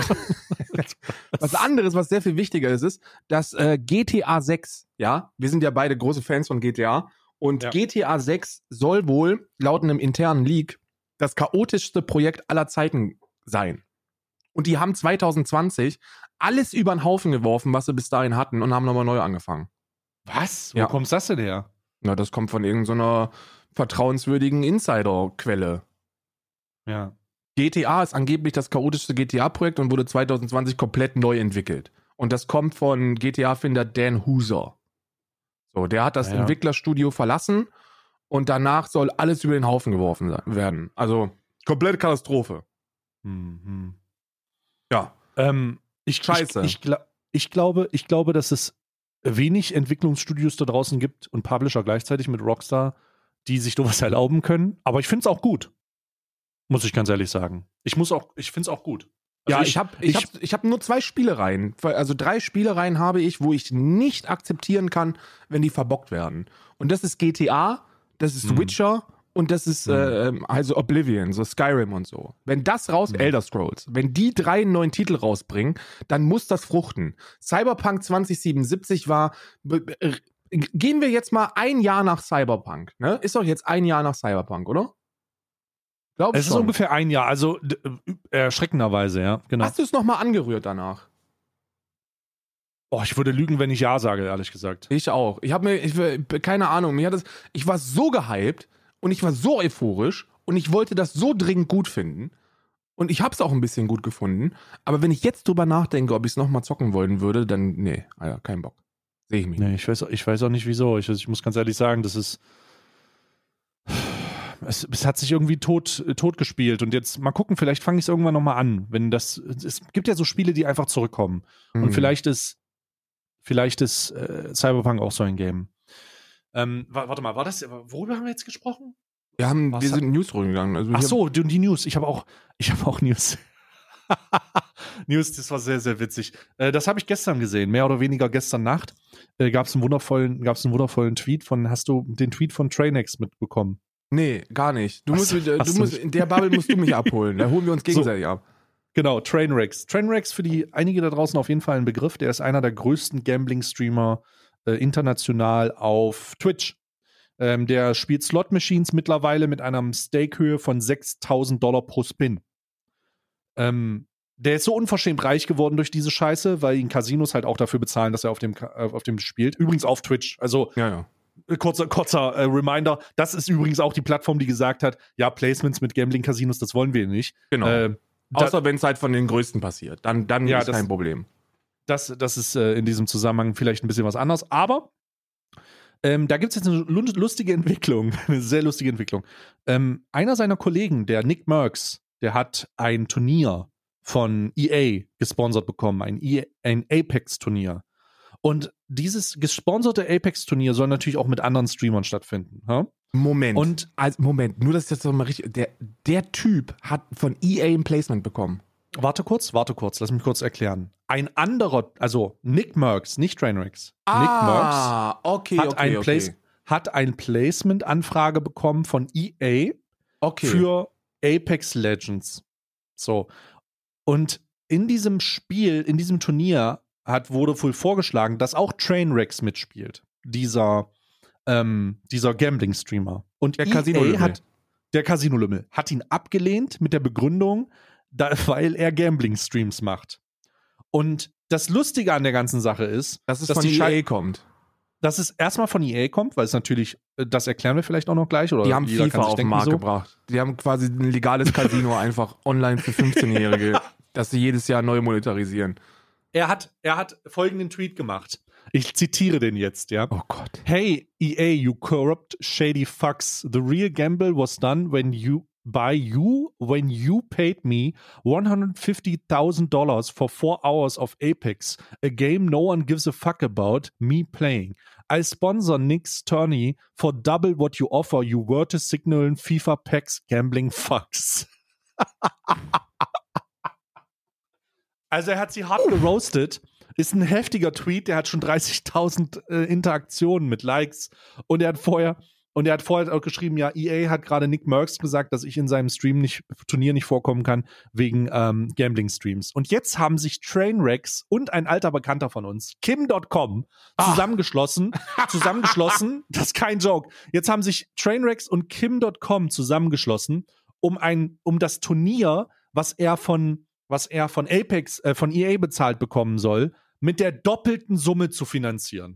was anderes, was sehr viel wichtiger ist, ist, dass äh, G T A sechs, ja, wir sind ja beide große Fans von G T A, und ja. G T A sechs soll wohl, laut einem internen Leak, das chaotischste Projekt aller Zeiten sein. Und die haben zwanzig zwanzig alles über den Haufen geworfen, was sie bis dahin hatten, und haben nochmal neu angefangen. Was? Wo ja. kommt das denn her? Na, das kommt von irgendeiner vertrauenswürdigen Insider-Quelle. Ja. G T A ist angeblich das chaotischste G T A-Projekt und wurde zwanzig zwanzig komplett neu entwickelt. Und das kommt von G T A-Finder Dan Houser. So, der hat das ja. Entwicklerstudio verlassen und danach soll alles über den Haufen geworfen werden. Also, komplette Katastrophe. Mhm. Ja. Ähm, ich, Scheiße. Ich, ich, ich, glaube, ich glaube, dass es wenig Entwicklungsstudios da draußen gibt und Publisher gleichzeitig mit Rockstar, die sich sowas erlauben können. Aber ich finde es auch gut. Muss ich ganz ehrlich sagen. Ich muss auch, ich finde es auch gut. Also ja, ich, ich habe ich, ich, hab, ich hab nur zwei Spielereien. Also drei Spielereien habe ich, wo ich nicht akzeptieren kann, wenn die verbockt werden. Und das ist G T A, das ist hm. Witcher und das ist hm. äh, also Oblivion, so Skyrim und so. Wenn das raus, hm. Elder Scrolls, wenn die drei einen neuen Titel rausbringen, dann muss das fruchten. Cyberpunk zwanzig siebenundsiebzig war, äh, gehen wir jetzt mal ein Jahr nach Cyberpunk, ne? Ist doch jetzt ein Jahr nach Cyberpunk, oder? Glaub es schon. Ist ungefähr ein Jahr, also äh, erschreckenderweise, ja. Genau. Hast du es nochmal angerührt danach? Oh, ich würde lügen, wenn ich ja sage, ehrlich gesagt. Ich auch. Ich habe mir, ich, keine Ahnung, mir hat das, ich war so gehypt und ich war so euphorisch und ich wollte das so dringend gut finden und ich habe es auch ein bisschen gut gefunden, aber wenn ich jetzt drüber nachdenke, ob ich es nochmal zocken wollen würde, dann, nee, Alter, kein Bock. Sehe ich mich nee, ich weiß, ich weiß auch nicht, wieso. Ich, ich muss ganz ehrlich sagen, das ist Es, es hat sich irgendwie tot, tot gespielt und jetzt mal gucken, vielleicht fange ich es irgendwann nochmal an. Wenn das, es gibt ja so Spiele, die einfach zurückkommen. Mhm. Und vielleicht ist, vielleicht ist äh, Cyberpunk auch so ein Game. Ähm, warte mal, war das, worüber haben wir jetzt gesprochen? Wir haben, wir sind News rumgegangen. Also Ach so, die, die News. Ich habe auch, ich habe auch News. News, das war sehr, sehr witzig. Äh, das habe ich gestern gesehen, mehr oder weniger gestern Nacht. Äh, gab es einen wundervollen, gab's einen wundervollen Tweet von, hast du den Tweet von Trainx mitbekommen? Nee, gar nicht. Du musst, du musst, in der Bubble musst du mich abholen. Da holen wir uns gegenseitig so, ab. Genau, Trainwrecks. Trainwrecks, für die einige da draußen auf jeden Fall ein Begriff. Der ist einer der größten Gambling-Streamer äh, international auf Twitch. Ähm, der spielt Slot-Machines mittlerweile mit einer Stake-Höhe von sechstausend Dollar pro Spin. Ähm, der ist so unverschämt reich geworden durch diese Scheiße, weil ihn Casinos halt auch dafür bezahlen, dass er auf dem, äh, auf dem spielt. Übrigens auf Twitch. Also Ja, ja. Kurzer, kurzer äh, Reminder, das ist übrigens auch die Plattform, die gesagt hat, ja, Placements mit Gambling-Casinos, das wollen wir nicht. Genau. Äh, Außer wenn es halt von den Größten passiert. Dann, dann Ja, ist das- kein Problem. Das, das ist äh, in diesem Zusammenhang vielleicht ein bisschen was anderes, aber ähm, da gibt es jetzt eine lu- lustige Entwicklung, eine sehr lustige Entwicklung. Ähm, einer seiner Kollegen, der Nick Merckx, der hat ein Turnier von E A gesponsert bekommen, ein, E A, ein Apex-Turnier. Und dieses gesponserte Apex-Turnier soll natürlich auch mit anderen Streamern stattfinden. Ha? Moment. Und also, Moment, nur dass ich das doch mal richtig. Der, der Typ hat von E A ein Placement bekommen. warte kurz, warte kurz, lass mich kurz erklären. Ein anderer, also Nick Merckx, nicht Trainwrecks. Nick Merckx Ah, okay, hat, okay, ein okay. Place, hat ein Placement-Anfrage bekommen von E A okay. für Apex Legends. So. Und in diesem Spiel, in diesem Turnier hat, wurde wohl vorgeschlagen, dass auch Trainwrecks mitspielt. Dieser, ähm, dieser Gambling-Streamer. Und Der E A Casino-Lümmel. hat, der Casino-Lümmel, hat ihn abgelehnt mit der Begründung, da, weil er Gambling-Streams macht. Und das Lustige an der ganzen Sache ist, dass es dass von die E A Schei- kommt. dass es erstmal von E A kommt, weil es natürlich, äh, das erklären wir vielleicht auch noch gleich. Oder Die haben jeder FIFA kann sich auf den denken, Markt so. gebracht. Die haben quasi ein legales Casino einfach online für fünfzehnjährige, das sie jedes Jahr neu monetarisieren. Er hat, er hat folgenden Tweet gemacht. Ich zitiere den jetzt, ja. Oh Gott. Hey, E A, you corrupt, shady fucks. The real gamble was done when you by you when you paid me one hundred fifty thousand dollars for four hours of Apex, a game no one gives a fuck about me playing. I sponsor Nick's tourney for double what you offer. You were to signal FIFA packs gambling fucks. Also er hat sie hart geroastet. Ist ein heftiger Tweet, der hat schon dreißigtausend äh, Interaktionen mit Likes. Und er hat vorher, und er hat vorher auch geschrieben, ja, E A hat gerade Nick Merckx gesagt, dass ich in seinem Stream nicht, Turnier nicht vorkommen kann, wegen ähm, Gambling-Streams. Und jetzt haben sich Trainwrecks und ein alter Bekannter von uns, Kim Punkt com, zusammengeschlossen, zusammengeschlossen, das ist kein Joke. Jetzt haben sich Trainwrecks und Kim Punkt com zusammengeschlossen, um ein, um das Turnier, was er von was er von Apex, äh, von E A bezahlt bekommen soll, mit der doppelten Summe zu finanzieren.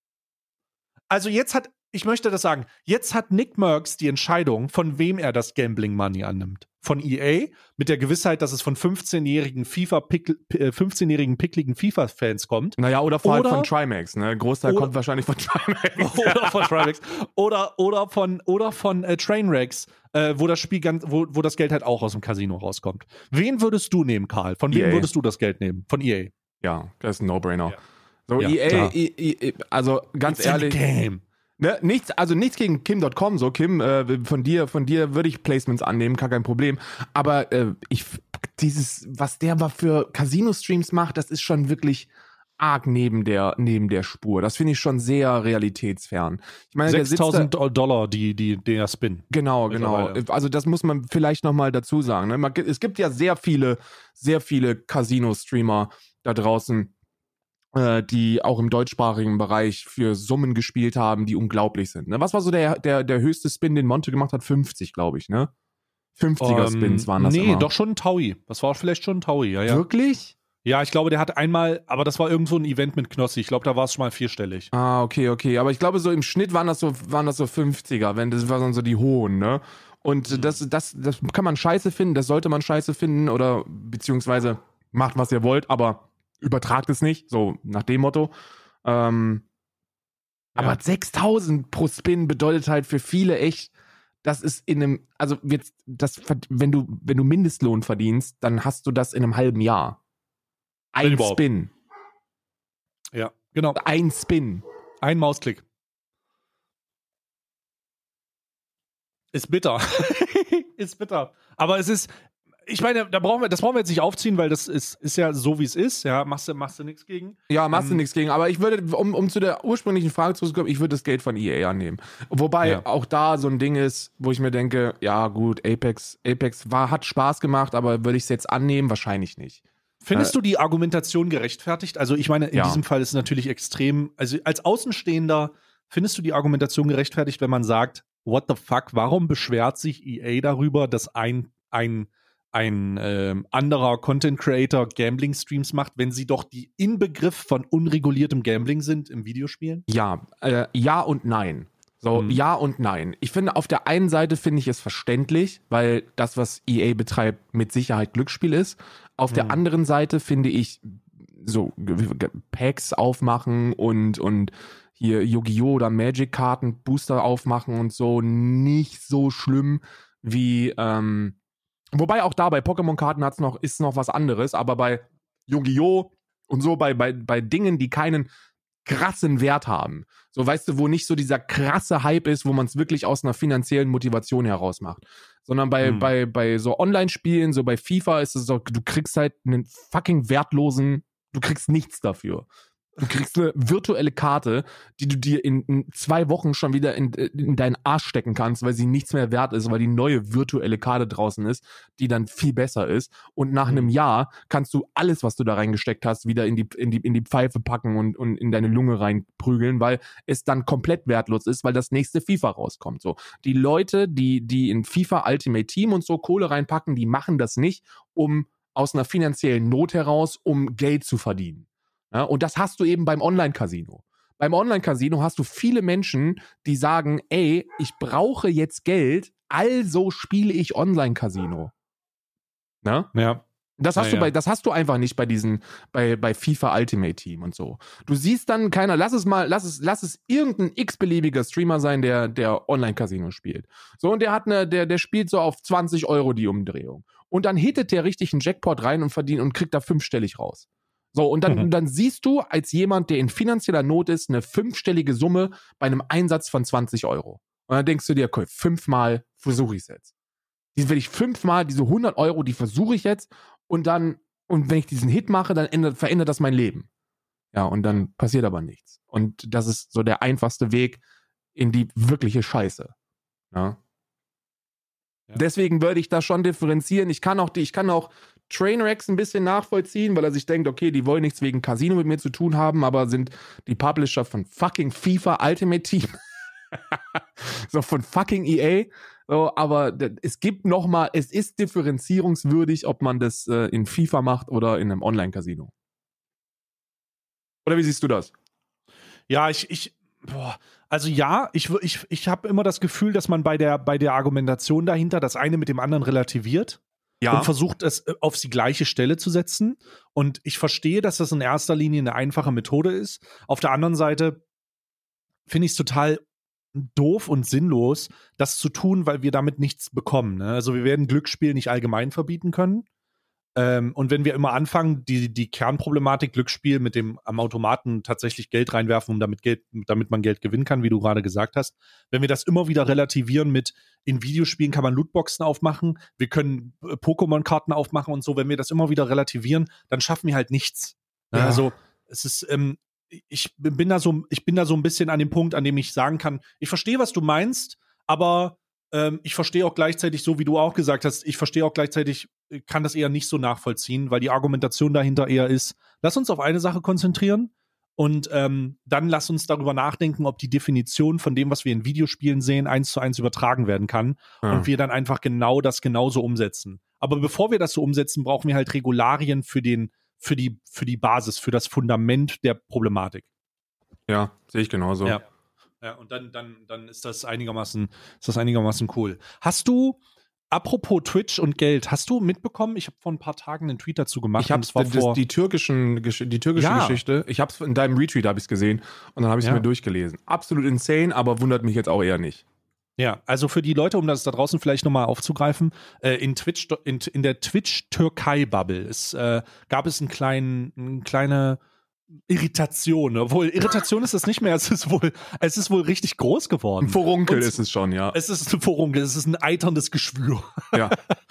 Also jetzt hat, ich möchte das sagen, jetzt hat Nick Merckx die Entscheidung, von wem er das Gambling Money annimmt. Von E A, mit der Gewissheit, dass es von fünfzehnjährigen FIFA, äh, fünfzehnjährigen pickligen FIFA-Fans kommt. Naja, oder, vor Oder- halt von Trimax, ne? Großteil oder- kommt wahrscheinlich von Trimax. oder von Trimax. Oder, oder von, oder von äh, Trainwrecks, äh, wo das Spiel ganz, wo, wo das Geld halt auch aus dem Casino rauskommt. Wen würdest du nehmen, Karl? Von wem E A. würdest du das Geld nehmen? Von E A. Ja, das ist ein No-Brainer. Ja. So, Ja, E A, klar. E- E- also ganz It's in the ehrlich, game. ne, nichts, also nichts gegen Kim Punkt com, so Kim, äh, von dir, von dir würde ich Placements annehmen, gar kein Problem. Aber äh, ich, dieses, was der mal für Casino-Streams macht, das ist schon wirklich arg neben der, neben der Spur. Das finde ich schon sehr realitätsfern. Ich meine, der sitzt da- sechstausend Dollar, die, die, der Spin. Genau, genau. Mittlerweile. Also das muss man vielleicht nochmal dazu sagen. Ne? Man, es gibt ja sehr viele, sehr viele Casino-Streamer da draußen, äh, die auch im deutschsprachigen Bereich für Summen gespielt haben, die unglaublich sind. Ne? Was war so der, der, der höchste Spin, den Monte gemacht hat? fünfzig, glaube ich, ne? fünfziger-Spins waren das Nee, immer. doch schon ein Taui. Das war vielleicht schon ein Taui, ja, ja. Wirklich? Ja, ich glaube, der hat einmal, aber das war irgendwo ein Event mit Knossi. Ich glaube, da war es schon mal vierstellig. Ah, okay, okay. Aber ich glaube, so im Schnitt waren das so, waren das so fünfziger, wenn das waren so die hohen, ne? Und das, das, das kann man scheiße finden, das sollte man scheiße finden oder beziehungsweise macht, was ihr wollt, aber übertragt es nicht, so nach dem Motto. Ähm, Ja. Aber sechstausend pro Spin bedeutet halt für viele echt, das ist in einem, also jetzt, das, wenn du, wenn du Mindestlohn verdienst, dann hast du das in einem halben Jahr. Wenn Ein überhaupt. Spin. Ja, genau. Ein Spin. Ein Mausklick. Ist bitter. Ist bitter. Aber es ist, ich meine, da brauchen wir, das brauchen wir jetzt nicht aufziehen, weil das ist, ist ja so, wie es ist. Ja, machst du, machst du nichts gegen. Ja, machst du Ähm, nichts gegen. Aber ich würde, um, um zu der ursprünglichen Frage zurückzukommen, ich würde das Geld von E A annehmen. Wobei Ja. auch da so ein Ding ist, wo ich mir denke, ja gut, Apex, Apex war, hat Spaß gemacht, aber würde ich es jetzt annehmen? Wahrscheinlich nicht. Findest du die Argumentation gerechtfertigt? Also ich meine, in Ja. diesem Fall ist es natürlich extrem, also als Außenstehender findest du die Argumentation gerechtfertigt, wenn man sagt, what the fuck, warum beschwert sich E A darüber, dass ein, ein, ein ähm, anderer Content Creator Gambling-Streams macht, wenn sie doch die Inbegriff von unreguliertem Gambling sind im Videospielen? Ja, äh, ja und nein. So, mhm. ja und nein. Ich finde, auf der einen Seite finde ich es verständlich, weil das, was E A betreibt, mit Sicherheit Glücksspiel ist. Auf mhm. der anderen Seite finde ich so Packs aufmachen und, und hier Yu-Gi-Oh! Oder Magic-Karten, Booster aufmachen und so nicht so schlimm wie, ähm, wobei auch da bei Pokémon-Karten hat's noch, ist noch was anderes, aber bei Yu-Gi-Oh! Und so bei, bei, bei Dingen, die keinen krassen Wert haben. So, weißt du, wo nicht so dieser krasse Hype ist, wo man es wirklich aus einer finanziellen Motivation heraus macht. Sondern bei, hm. bei, bei so Online-Spielen, so bei FIFA ist es so, du kriegst halt einen fucking wertlosen, du kriegst nichts dafür. Du kriegst eine virtuelle Karte, die du dir in, in zwei Wochen schon wieder in, in deinen Arsch stecken kannst, weil sie nichts mehr wert ist, weil die neue virtuelle Karte draußen ist, die dann viel besser ist. Und nach mhm. einem Jahr kannst du alles, was du da reingesteckt hast, wieder in die, in die, in die Pfeife packen und, und in deine Lunge reinprügeln, weil es dann komplett wertlos ist, weil das nächste FIFA rauskommt. So, die Leute, die, die in FIFA Ultimate Team und so Kohle reinpacken, die machen das nicht, um aus einer finanziellen Not heraus, um Geld zu verdienen. Ja, und das hast du eben beim Online-Casino. Beim Online-Casino hast du viele Menschen, die sagen, ey, ich brauche jetzt Geld, also spiele ich Online-Casino. Ne? Ja. Das hast ja, du bei, ja. das hast du einfach nicht bei diesen, bei, bei FIFA Ultimate Team und so. Du siehst dann keiner, lass es mal, lass es, lass es irgendein x-beliebiger Streamer sein, der, der Online-Casino spielt. So, und der hat eine, der, der spielt so auf zwanzig Euro die Umdrehung. Und dann hittet der richtig einen Jackpot rein und verdient und kriegt da fünfstellig raus. So, und dann, mhm. dann siehst du als jemand, der in finanzieller Not ist, eine fünfstellige Summe bei einem Einsatz von zwanzig Euro. Und dann denkst du dir, okay, fünfmal versuche ich es jetzt. Die will ich fünfmal, diese hundert Euro, die versuche ich jetzt und dann, und wenn ich diesen Hit mache, dann ändert, verändert das mein Leben. Ja, und dann passiert aber nichts. Und das ist so der einfachste Weg in die wirkliche Scheiße. Ja. Ja. Deswegen würde ich da schon differenzieren. Ich kann auch die, ich kann auch Trainwrecks ein bisschen nachvollziehen, weil er sich denkt, okay, die wollen nichts wegen Casino mit mir zu tun haben, aber sind die Publisher von fucking FIFA Ultimate Team. So von fucking E A. So, aber es gibt nochmal, es ist differenzierungswürdig, ob man das äh, in FIFA macht oder in einem Online-Casino. Oder wie siehst du das? Ja, ich, ich, boah, also ja, ich, ich, ich habe immer das Gefühl, dass man bei der, bei der Argumentation dahinter das eine mit dem anderen relativiert. Ja. Und versucht es auf die gleiche Stelle zu setzen. Und ich verstehe, dass das in erster Linie eine einfache Methode ist. Auf der anderen Seite finde ich es total doof und sinnlos, das zu tun, weil wir damit nichts bekommen. Ne? Also wir werden Glücksspiel nicht allgemein verbieten können. Ähm, und wenn wir immer anfangen, die, die Kernproblematik Glücksspiel mit dem am Automaten tatsächlich Geld reinwerfen, um damit Geld, damit man Geld gewinnen kann, wie du gerade gesagt hast, wenn wir das immer wieder relativieren mit in Videospielen kann man Lootboxen aufmachen, wir können äh, Pokémon-Karten aufmachen und so, wenn wir das immer wieder relativieren, dann schaffen wir halt nichts. Ja. Also es ist, ähm, ich bin da so, ich bin da so ein bisschen an dem Punkt, an dem ich sagen kann, ich verstehe, was du meinst, aber ähm, ich verstehe auch gleichzeitig, so wie du auch gesagt hast, ich verstehe auch gleichzeitig, kann das eher nicht so nachvollziehen, weil die Argumentation dahinter eher ist, lass uns auf eine Sache konzentrieren und ähm, dann lass uns darüber nachdenken, ob die Definition von dem, was wir in Videospielen sehen, eins zu eins übertragen werden kann ja. und wir dann einfach genau das genauso umsetzen. Aber bevor wir das so umsetzen, brauchen wir halt Regularien für den, für die, für die Basis, für das Fundament der Problematik. Ja, sehe ich genauso. Ja. Ja, und dann, dann, dann ist das einigermaßen, ist das einigermaßen cool. Hast du, apropos Twitch und Geld, hast du mitbekommen, ich habe vor ein paar Tagen einen Tweet dazu gemacht. Ich habe die türkischen, die türkische ja. Geschichte, ich habe es in deinem Retweet habe ich es gesehen und dann habe ich es ja. mir durchgelesen. Absolut insane, aber wundert mich jetzt auch eher nicht. Ja, also für die Leute, um das da draußen vielleicht nochmal aufzugreifen, äh, in Twitch, in, in der Twitch-Türkei-Bubble äh, gab es einen kleinen, eine kleine Irritation, obwohl Irritation ist es nicht mehr, es ist wohl, es ist wohl richtig groß geworden. Ein Furunkel ist es schon, ja. Es ist ein Furunkel, es ist ein eiterndes Geschwür. Ja.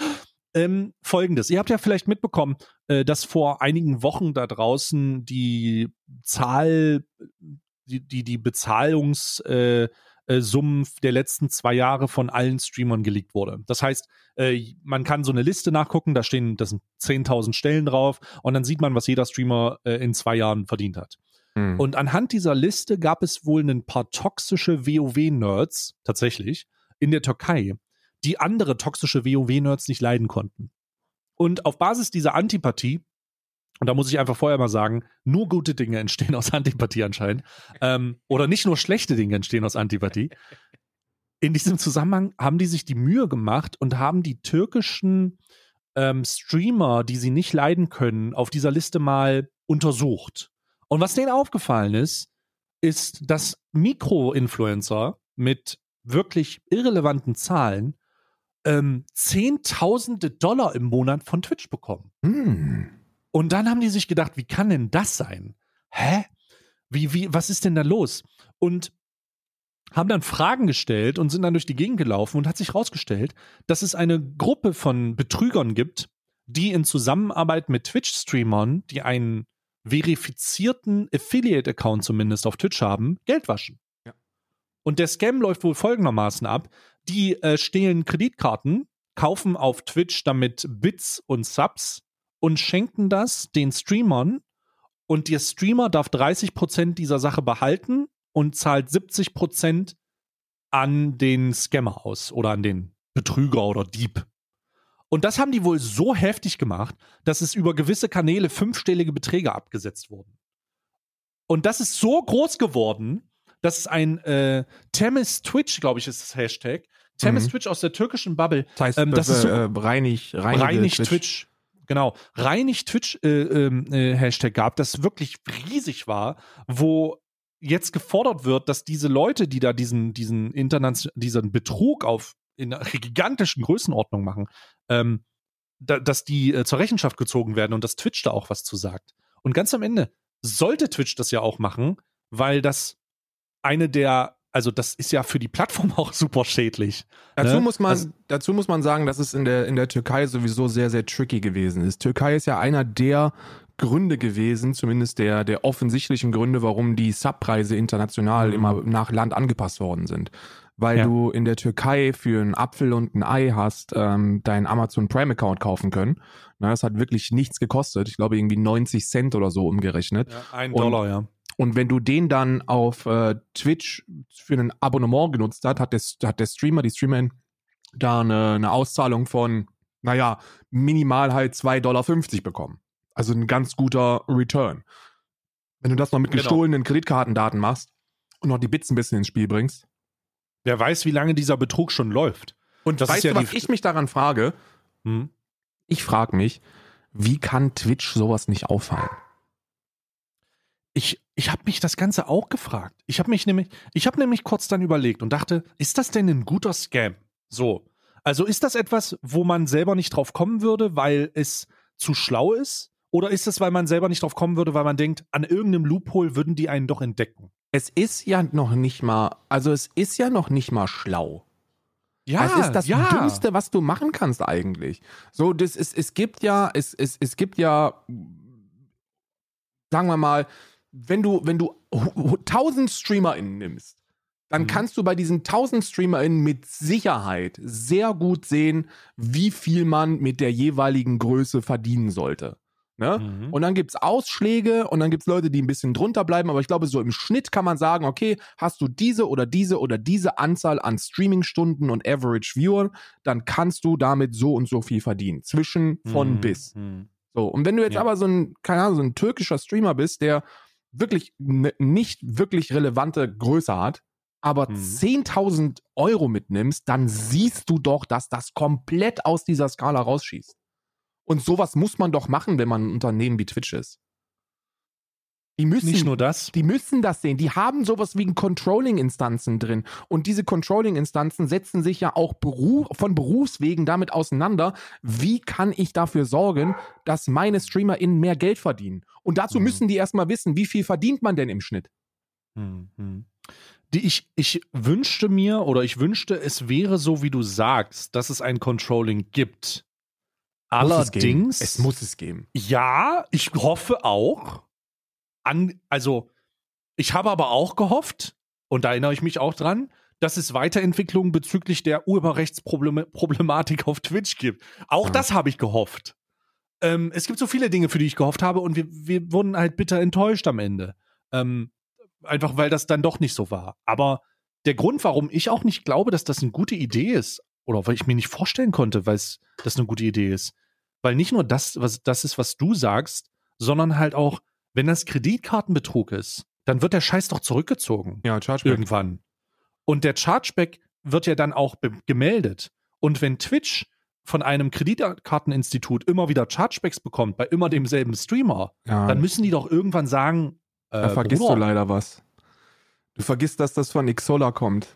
ähm, Folgendes, ihr habt ja vielleicht mitbekommen, äh, dass vor einigen Wochen da draußen die Zahl, die, die, die Bezahlungs, äh, Summen der letzten zwei Jahre von allen Streamern geleakt wurde. Das heißt, äh, man kann so eine Liste nachgucken, da stehen, das sind zehntausend Stellen drauf und dann sieht man, was jeder Streamer äh, in zwei Jahren verdient hat. Mhm. Und anhand dieser Liste gab es wohl ein paar toxische WoW-Nerds, tatsächlich, in der Türkei, die andere toxische WoW-Nerds nicht leiden konnten. Und auf Basis dieser Antipathie, und da muss ich einfach vorher mal sagen, nur gute Dinge entstehen aus Antipathie anscheinend, ähm, oder nicht nur schlechte Dinge entstehen aus Antipathie. In diesem Zusammenhang haben die sich die Mühe gemacht und haben die türkischen ähm, Streamer, die sie nicht leiden können, auf dieser Liste mal untersucht. Und was denen aufgefallen ist, ist, dass Mikro-Influencer mit wirklich irrelevanten Zahlen ähm, Zehntausende Dollar im Monat von Twitch bekommen. Hm. Und dann haben die sich gedacht, wie kann denn das sein? Hä? Wie, wie, was ist denn da los? Und haben dann Fragen gestellt und sind dann durch die Gegend gelaufen und hat sich herausgestellt, dass es eine Gruppe von Betrügern gibt, die in Zusammenarbeit mit Twitch-Streamern, die einen verifizierten Affiliate-Account zumindest auf Twitch haben, Geld waschen. Ja. Und der Scam läuft wohl folgendermaßen ab. Die äh, stehlen Kreditkarten, kaufen auf Twitch damit Bits und Subs und schenken das den Streamern. Und der Streamer darf dreißig Prozent dieser Sache behalten und zahlt siebzig Prozent an den Scammer aus oder an den Betrüger oder Dieb. Und das haben die wohl so heftig gemacht, dass es über gewisse Kanäle fünfstellige Beträge abgesetzt wurden. Und das ist so groß geworden, dass es ein äh, Temiz Twitch, glaube ich, ist das Hashtag, Temiz Mhm. Twitch aus der türkischen Bubble. Das heißt, ähm, das äh, ist so, äh, reinig, reinige Reinig Twitch. Twitch. Genau, Reinig Twitch äh, ähm, äh, Hashtag gab, das wirklich riesig war, wo jetzt gefordert wird, dass diese Leute, die da diesen, diesen, Interna- diesen Betrug auf in einer gigantischen Größenordnung machen, ähm, da, dass die äh, zur Rechenschaft gezogen werden und dass Twitch da auch was zu sagt. Und ganz am Ende sollte Twitch das ja auch machen, weil das eine der, also das ist ja für die Plattform auch super schädlich. Dazu, ne? muss man, Also, dazu muss man sagen, dass es in der, in der Türkei sowieso sehr, sehr tricky gewesen ist. Türkei ist ja einer der Gründe gewesen, zumindest der, der offensichtlichen Gründe, warum die Subpreise international Mhm. immer nach Land angepasst worden sind. Weil Ja. du in der Türkei für einen Apfel und ein Ei hast ähm, deinen Amazon Prime Account kaufen können. Na, das hat wirklich nichts gekostet. Ich glaube irgendwie neunzig Cent oder so umgerechnet. ja, ein Und- Dollar, ja. Und wenn du den dann auf äh, Twitch für ein Abonnement genutzt hast, hat der, hat der Streamer, die Streamerin, da eine, eine Auszahlung von, naja, minimal halt zwei Dollar fünfzig bekommen. Also ein ganz guter Return. Wenn du das noch mit Genau. gestohlenen Kreditkartendaten machst und noch die Bits ein bisschen ins Spiel bringst. Wer weiß, wie lange dieser Betrug schon läuft. Und Das weißt ist ja du, was die- ich mich daran frage? Hm? Ich frage mich, wie kann Twitch sowas nicht auffallen? Ich, ich habe mich das Ganze auch gefragt. Ich habe mich nämlich, ich habe nämlich kurz dann überlegt und dachte, ist das denn ein guter Scam? So. Also ist das etwas, wo man selber nicht drauf kommen würde, weil es zu schlau ist? Oder ist es, weil man selber nicht drauf kommen würde, weil man denkt, an irgendeinem Loophole würden die einen doch entdecken? Es ist ja noch nicht mal, also es ist ja noch nicht mal schlau. Ja, Es ist das ja. Dümmste, was du machen kannst eigentlich. So, das ist, es gibt ja, es, es, es gibt ja, sagen wir mal, wenn du, wenn du tausend StreamerInnen nimmst, dann Mhm. kannst du bei diesen tausend StreamerInnen mit Sicherheit sehr gut sehen, wie viel man mit der jeweiligen Größe verdienen sollte. Ne? Mhm. Und dann gibt's Ausschläge und dann gibt's Leute, die ein bisschen drunter bleiben, aber ich glaube, so im Schnitt kann man sagen, okay, hast du diese oder diese oder diese Anzahl an Streamingstunden und Average Viewer, dann kannst du damit so und so viel verdienen. Zwischen von Mhm. bis. Mhm. So, und wenn du jetzt Ja. aber so ein, keine Ahnung, so ein türkischer Streamer bist, der wirklich ne, nicht wirklich relevante Größe hat, aber Mhm. zehntausend Euro mitnimmst, dann siehst du doch, dass das komplett aus dieser Skala rausschießt. Und sowas muss man doch machen, wenn man ein Unternehmen wie Twitch ist. Die müssen, Nicht nur das. die müssen das sehen. Die haben sowas wie Controlling-Instanzen drin. Und diese Controlling-Instanzen setzen sich ja auch Beruf, von Berufswegen damit auseinander, wie kann ich dafür sorgen, dass meine StreamerInnen mehr Geld verdienen. Und dazu Mhm. müssen die erstmal wissen, wie viel verdient man denn im Schnitt. Mhm. Die ich, ich wünschte mir oder ich wünschte, es wäre so, wie du sagst, dass es ein Controlling gibt. Allerdings, Es muss es geben. ja, ich hoffe auch. An, also, ich habe aber auch gehofft, und da erinnere ich mich auch dran, dass es Weiterentwicklungen bezüglich der Urheberrechtsproblematik auf Twitch gibt. Auch Ja. das habe ich gehofft. Ähm, es gibt so viele Dinge, für die ich gehofft habe, und wir, wir wurden halt bitter enttäuscht am Ende. Ähm, einfach weil das dann doch nicht so war. Aber der Grund, warum ich auch nicht glaube, dass das eine gute Idee ist, oder weil ich mir nicht vorstellen konnte, weil es das eine gute Idee ist, weil nicht nur das, was das ist, was du sagst, sondern halt auch, wenn das Kreditkartenbetrug ist, dann wird der Scheiß doch zurückgezogen. Ja, Chargeback. Irgendwann. Und der Chargeback wird ja dann auch be- gemeldet. Und wenn Twitch von einem Kreditkarteninstitut immer wieder Chargebacks bekommt, bei immer demselben Streamer, Ja, dann müssen die doch irgendwann sagen, äh, da vergisst Bruder, du leider was. Du vergisst, dass das von Xsolla kommt.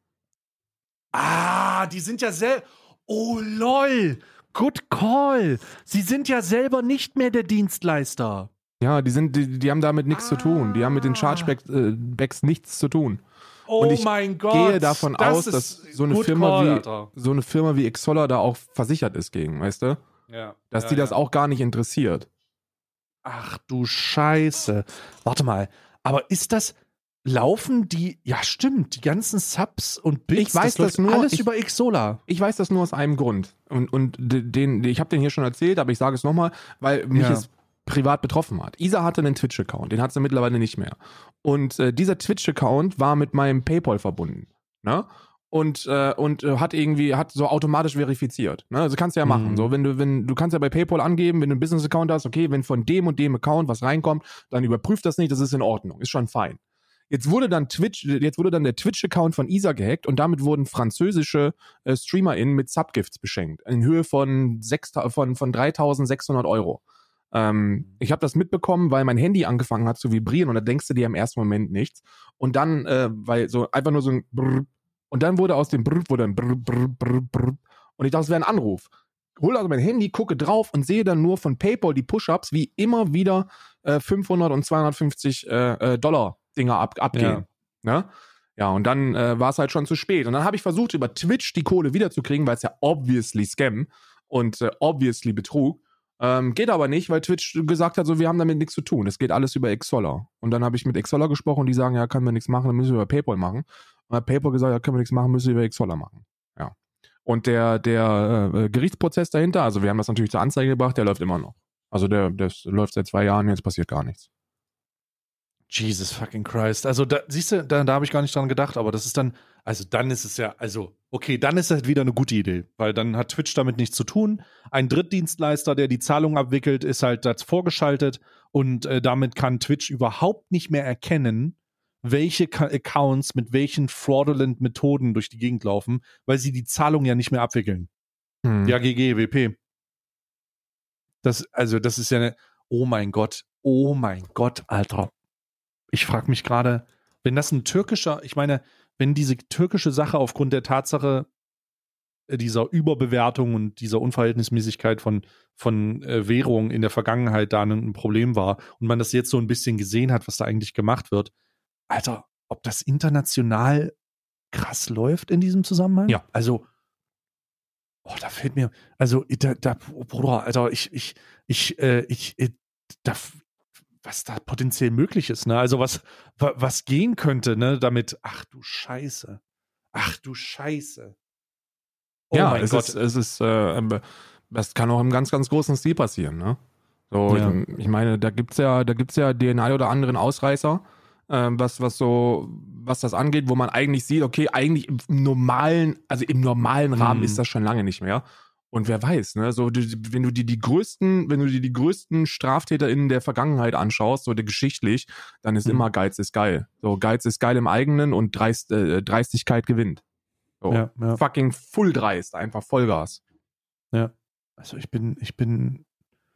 ah, die sind ja selber, oh lol, good call. Sie sind ja selber nicht mehr der Dienstleister. Ja, die sind, die, die haben damit nichts Ah. zu tun. Die haben mit den Chargebacks äh, Backs nichts zu tun. Oh Und ich mein Gott. gehe davon das aus, dass ist so eine good Firma call, wie Alter. so eine Firma wie Xsolla da auch versichert ist gegen, weißt du? Ja, Dass ja, die das ja. auch gar nicht interessiert. Ach du Scheiße. Warte mal, aber ist das, laufen die, ja stimmt, die ganzen Subs und Bits, Ich weiß das läuft das nur, alles ich- über Xsolla. Ich weiß das nur aus einem Grund. Und, und den, ich habe den hier schon erzählt, aber ich sage es nochmal, weil mich Ja. es privat betroffen hat. Isa hatte einen Twitch-Account, den hat sie mittlerweile nicht mehr. Und äh, dieser Twitch-Account war mit meinem PayPal verbunden. Ne? Und, äh, und äh, hat irgendwie, hat so automatisch verifiziert. Ne? Also kannst du ja machen. Mhm. So, wenn du, wenn, du kannst ja bei PayPal angeben, wenn du einen Business-Account hast, okay, wenn von dem und dem Account was reinkommt, dann überprüft das nicht, das ist in Ordnung, ist schon fein. Jetzt wurde dann Twitch, jetzt wurde dann der Twitch-Account von Isa gehackt und damit wurden französische äh, StreamerInnen mit Subgifts beschenkt. In Höhe von, sechs, von, von dreitausendsechshundert Euro. Ähm, ich habe das mitbekommen, weil mein Handy angefangen hat zu vibrieren und da denkst du dir im ersten Moment nichts. Und dann, äh, weil so einfach nur so ein Brrr, und dann wurde aus dem Brrr, wurde ein Brrr, Brrr, Brrr, Brrr. Und ich dachte, es wäre ein Anruf. Hole also mein Handy, gucke drauf und sehe dann nur von PayPal die Push-Ups, wie immer wieder äh, fünfhundert und zweihundertfünfzig äh, äh, Dollar Dinger ab, abgehen. Ja. Ne? Ja, und dann äh, war es halt schon zu spät. Und dann habe ich versucht, über Twitch die Kohle wiederzukriegen, weil es ja obviously Scam und äh, obviously Betrug. Ähm, geht aber nicht, weil Twitch gesagt hat, so, wir haben damit nichts zu tun. Es geht alles über Xsolla. Und dann habe ich mit Xsolla gesprochen und die sagen, ja, können wir nichts machen, dann müssen wir über PayPal machen. Und hat PayPal gesagt, ja, können wir nichts machen, müssen wir über Xsolla machen. Ja. Und der, der äh, Gerichtsprozess dahinter, also wir haben das natürlich zur Anzeige gebracht, der läuft immer noch. Also der, das läuft seit zwei Jahren, jetzt passiert gar nichts. Jesus fucking Christ. Also da, siehst du, da, da habe ich gar nicht dran gedacht, aber das ist dann, also dann ist es ja, also, okay, dann ist es halt wieder eine gute Idee, weil dann hat Twitch damit nichts zu tun. Ein Drittdienstleister, der die Zahlung abwickelt, ist halt dazu vorgeschaltet und äh, damit kann Twitch überhaupt nicht mehr erkennen, welche Ka- Accounts mit welchen fraudulent Methoden durch die Gegend laufen, weil sie die Zahlung ja nicht mehr abwickeln. Hm. Ja, G G, W P. Das, also, das ist ja eine, oh mein Gott, oh mein Gott, Alter. Ich frage mich gerade, wenn das ein türkischer, ich meine, wenn diese türkische Sache aufgrund der Tatsache äh, dieser Überbewertung und dieser Unverhältnismäßigkeit von, von äh, Währung in der Vergangenheit da ein, ein Problem war und man das jetzt so ein bisschen gesehen hat, was da eigentlich gemacht wird, Alter, ob das international krass läuft in diesem Zusammenhang? Ja. Also, oh, da fällt mir, also, da, da Bruder, Alter, ich, ich, ich, äh, ich, äh, da, was da potenziell möglich ist, ne? Also was, wa, was gehen könnte, ne, damit, ach du Scheiße. Ach du Scheiße. Oh ja, mein es Gott. ist, es ist, äh, das kann auch im ganz, ganz großen Stil passieren, ne? So, Ja. ich, ich meine, da gibt's ja, da gibt's ja den einen oder anderen Ausreißer, äh, was, was so, was das angeht, wo man eigentlich sieht, okay, eigentlich im normalen, also im normalen Rahmen Mhm. ist das schon lange nicht mehr. Und wer weiß, ne, so, die, wenn du dir die größten, wenn du dir die größten StraftäterInnen der Vergangenheit anschaust, so der geschichtlich, dann ist Mhm. immer Geiz ist geil. So, Geiz ist geil im eigenen und Dreist, äh, Dreistigkeit gewinnt. So, Ja, ja. fucking full dreist, einfach Vollgas. Also ich bin, ich bin.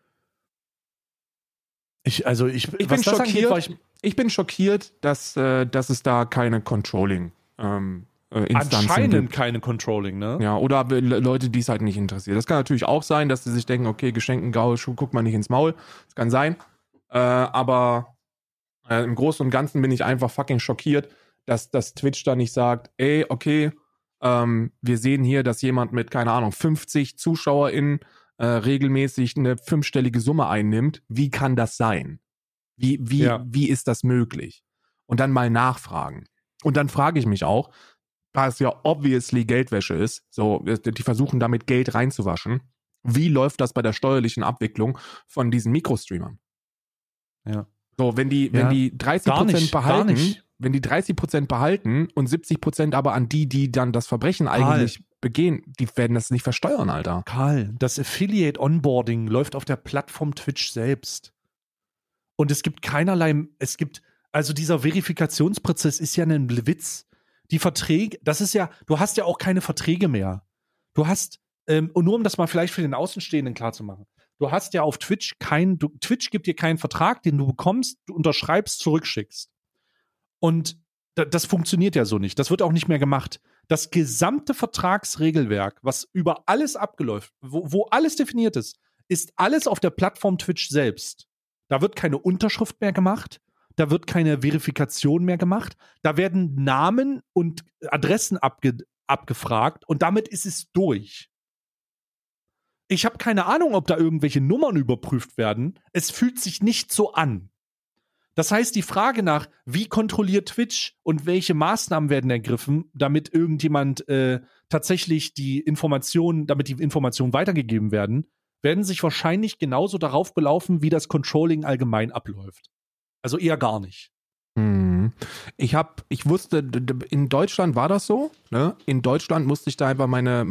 Ich, also ich, Ich was bin das angeht, schockiert, war ich ich bin schockiert, dass, äh, dass es da keine Controlling ähm, äh, Instanzen anscheinend gibt. keine Controlling, ne? Ja, oder Le- Leute, die es halt nicht interessiert. Das kann natürlich auch sein, dass sie sich denken, okay, geschenkten Gaul, guck mal nicht ins Maul. Das kann sein. Äh, aber äh, im Großen und Ganzen bin ich einfach fucking schockiert, dass, dass Twitch da nicht sagt, ey, okay, ähm, wir sehen hier, dass jemand mit, keine Ahnung, fünfzig ZuschauerInnen äh, regelmäßig eine fünfstellige Summe einnimmt. Wie kann das sein? Wie, wie, Ja. wie ist das möglich? Und dann mal nachfragen. Und dann frage ich mich auch, da es ja obviously Geldwäsche ist, so, die versuchen damit Geld reinzuwaschen, wie läuft das bei der steuerlichen Abwicklung von diesen Mikrostreamern? Ja. So, wenn die, Ja, wenn die dreißig gar Prozent nicht, gar behalten, nicht. wenn die dreißig Prozent behalten und siebzig Prozent aber an die, die dann das Verbrechen eigentlich begehen, die werden das nicht versteuern, Alter. Karl, das Affiliate Onboarding läuft auf der Plattform Twitch selbst. Und es gibt keinerlei, es gibt, also dieser Verifikationsprozess ist ja ein Witz. Die Verträge, das ist ja, du hast ja auch keine Verträge mehr. Du hast, ähm, und nur um das mal vielleicht für den Außenstehenden klarzumachen, du hast ja auf Twitch keinen, du, Twitch gibt dir keinen Vertrag, den du bekommst, du unterschreibst, zurückschickst. Und da, das funktioniert ja so nicht. Das wird auch nicht mehr gemacht. Das gesamte Vertragsregelwerk, was über alles abgeläuft, wo, wo alles definiert ist, ist alles auf der Plattform Twitch selbst. Da wird keine Unterschrift mehr gemacht. Da wird keine Verifikation mehr gemacht. Da werden Namen und Adressen abge, abgefragt und damit ist es durch. Ich habe keine Ahnung, ob da irgendwelche Nummern überprüft werden. Es fühlt sich nicht so an. Das heißt, die Frage nach, wie kontrolliert Twitch und welche Maßnahmen werden ergriffen, damit irgendjemand äh, tatsächlich die Informationen, damit die Informationen weitergegeben werden, werden sich wahrscheinlich genauso darauf belaufen, wie das Controlling allgemein abläuft. Also eher gar nicht. Hm. Ich hab, ich wusste, in Deutschland war das so, ne? In Deutschland musste ich da einfach meine,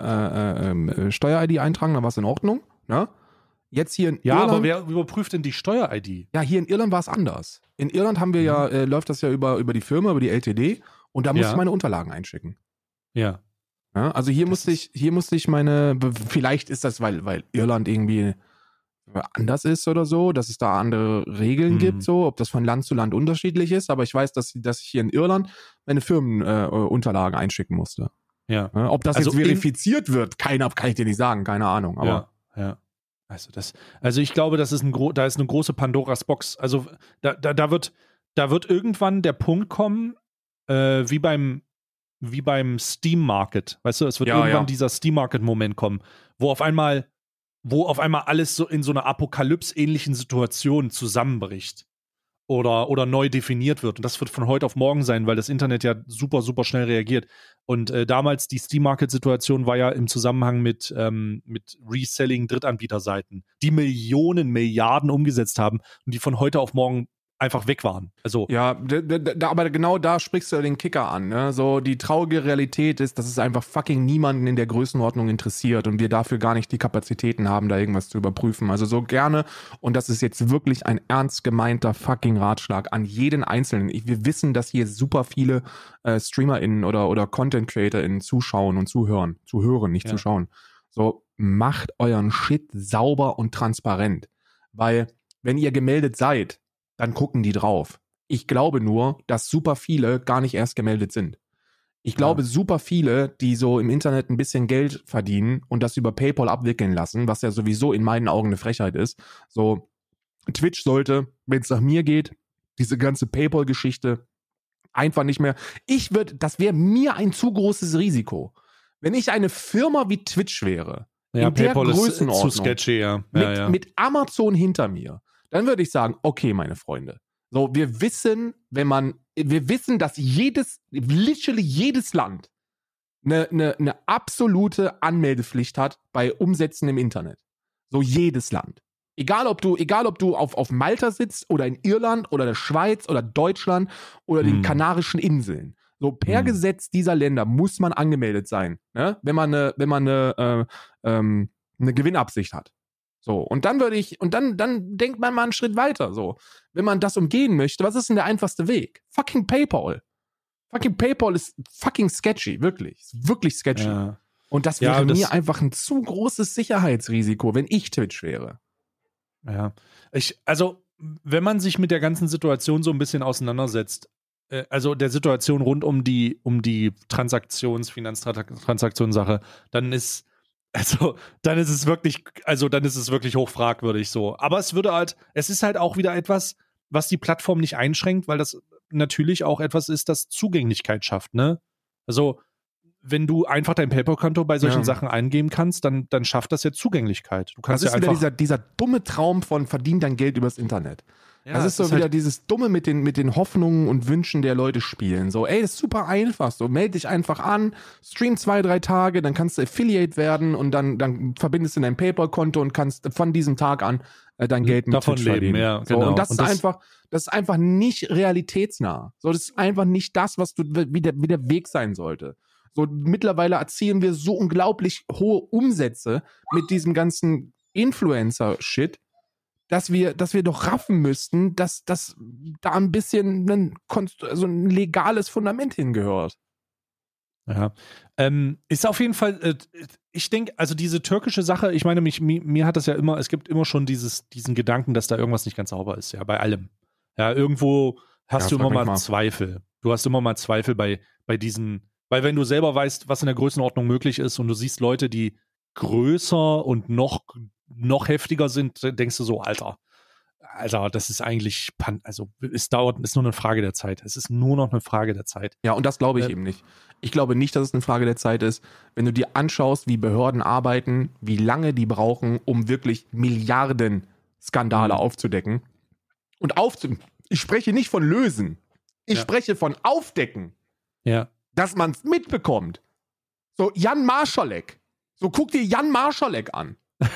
meine äh, äh, Steuer-I D eintragen, dann war es in Ordnung, ne? Jetzt hier in Ja, Irland. aber wer überprüft denn die Steuer-I D? Ja, hier in Irland war es anders. In Irland haben wir ja, äh, läuft das ja über, über die Firma, über die L T D und da musste Ja. ich meine Unterlagen einschicken. Ja. Ja, also hier Das musste ist- ich, hier musste ich meine, vielleicht ist das, weil, weil Irland irgendwie anders ist oder so, dass es da andere Regeln Mhm. gibt, so, ob das von Land zu Land unterschiedlich ist, aber ich weiß, dass, dass ich hier in Irland meine Firmenunterlagen äh, Unterlagen einschicken musste. Ja. Ja, ob das Also jetzt in- verifiziert wird, keiner, kann ich dir nicht sagen, keine Ahnung, aber ja, ja. Also das, also ich glaube, das ist ein gro- da ist eine große Pandoras Box. Also da, da, da wird, da wird irgendwann der Punkt kommen, äh, wie beim, wie beim Steam Market. Weißt du, es wird Ja, irgendwann ja. dieser Steam Market Moment kommen, wo auf einmal, wo auf einmal alles so in so einer Apokalypse-ähnlichen Situation zusammenbricht. Oder, oder neu definiert wird. Und das wird von heute auf morgen sein, weil das Internet ja super, super schnell reagiert. Und äh, damals die Steam-Market-Situation war ja im Zusammenhang mit, ähm, mit Reselling Drittanbieterseiten, die Millionen, Milliarden umgesetzt haben und die von heute auf morgen einfach weg waren. Also, ja, d- d- d- aber genau da sprichst du ja den Kicker an. Ne? So die traurige Realität ist, dass es einfach fucking niemanden in der Größenordnung interessiert und wir dafür gar nicht die Kapazitäten haben, da irgendwas zu überprüfen. Also so gerne, und das ist jetzt wirklich ein ernst gemeinter fucking Ratschlag an jeden Einzelnen. Ich, wir wissen, dass hier super viele äh, StreamerInnen oder, oder Content-CreatorInnen zuschauen und zuhören. Zuhören, nicht Ja. zuschauen. So, macht euren Shit sauber und transparent. Weil, wenn ihr gemeldet seid, dann gucken die drauf. Ich glaube nur, dass super viele gar nicht erst gemeldet sind. Ich glaube, Ja. super viele, die so im Internet ein bisschen Geld verdienen und das über PayPal abwickeln lassen, was ja sowieso in meinen Augen eine Frechheit ist. So, Twitch sollte, wenn es nach mir geht, diese ganze PayPal-Geschichte einfach nicht mehr. Ich würde, das wäre mir ein zu großes Risiko. Wenn ich eine Firma wie Twitch wäre, ja, in der PayPal ist äh, Größenordnung, zu sketchy, ja. mit, ja, ja. mit Amazon hinter mir, dann würde ich sagen, okay, meine Freunde. So, wir wissen, wenn man, wir wissen, dass jedes, literally jedes Land eine, eine, eine absolute Anmeldepflicht hat bei Umsätzen im Internet. So jedes Land. Egal ob du, egal ob du auf, auf Malta sitzt oder in Irland oder der Schweiz oder Deutschland oder den Hm. Kanarischen Inseln. So per Hm. Gesetz dieser Länder muss man angemeldet sein, ne? Wenn man eine, wenn man eine, äh, ähm, eine Gewinnabsicht hat. So, und dann würde ich, und dann, dann denkt man mal einen Schritt weiter. So, wenn man das umgehen möchte, was ist denn der einfachste Weg? Fucking PayPal. Fucking PayPal ist fucking sketchy, wirklich. Ist wirklich sketchy. Ja. Und das Ja, wäre das- mir einfach ein zu großes Sicherheitsrisiko, wenn ich Twitch wäre. Ja, ich, also, wenn man sich mit der ganzen Situation so ein bisschen auseinandersetzt, äh, also der Situation rund um die, um die Transaktions-, Finanztransaktionssache, dann ist, also, dann ist es wirklich, also, dann ist es wirklich hochfragwürdig so. Aber es würde halt, es ist halt auch wieder etwas, was die Plattform nicht einschränkt, weil das natürlich auch etwas ist, das Zugänglichkeit schafft, ne? Also, wenn du einfach dein PayPal-Konto bei solchen Ja. Sachen eingeben kannst, dann, dann schafft das ja Zugänglichkeit. Du Das kannst ist ja wieder einfach. dieser, dieser dumme Traum von verdien dein Geld übers Internet. Ja, das ist so es wieder halt, dieses Dumme mit den, mit den Hoffnungen und Wünschen der Leute spielen. So, ey, das ist super einfach. So, melde dich einfach an, stream zwei, drei Tage, dann kannst du Affiliate werden und dann, dann verbindest du dein PayPal-Konto und kannst von diesem Tag an äh, dein Geld mit davon Twitch leben, verdienen. ja, So, genau. und das Und ist das- einfach, das ist einfach nicht realitätsnah. So, das ist einfach nicht das, was du, wie der, wie der Weg sein sollte. So, mittlerweile erzielen wir so unglaublich hohe Umsätze mit diesem ganzen Influencer-Shit, dass wir, dass wir doch raffen müssten, dass, dass da ein bisschen ein, konst- also ein legales Fundament hingehört. Ja. Ähm, ist auf jeden Fall, äh, ich denke, also diese türkische Sache, ich meine, mich, mir, mir hat das ja immer, es gibt immer schon dieses, diesen Gedanken, dass da irgendwas nicht ganz sauber ist, ja, bei allem. Ja, irgendwo hast Ja, du immer frag mich mal, mal. Zweifel. Du hast immer mal Zweifel bei, bei diesen, weil wenn du selber weißt, was in der Größenordnung möglich ist und du siehst Leute, die größer und noch, noch heftiger sind, denkst du so, Alter, Alter, das ist eigentlich, pan- also es dauert, ist nur eine Frage der Zeit. Es ist nur noch eine Frage der Zeit. Ja, und das glaube ich Äh, eben nicht. Ich glaube nicht, dass es eine Frage der Zeit ist, wenn du dir anschaust, wie Behörden arbeiten, wie lange die brauchen, um wirklich Milliarden Skandale Mhm. aufzudecken. Und aufzu... Ich spreche nicht von lösen. Ich Ja. spreche von aufdecken, Ja. dass man es mitbekommt. So, Jan Marschalek. So, guck dir Jan Marschalek an.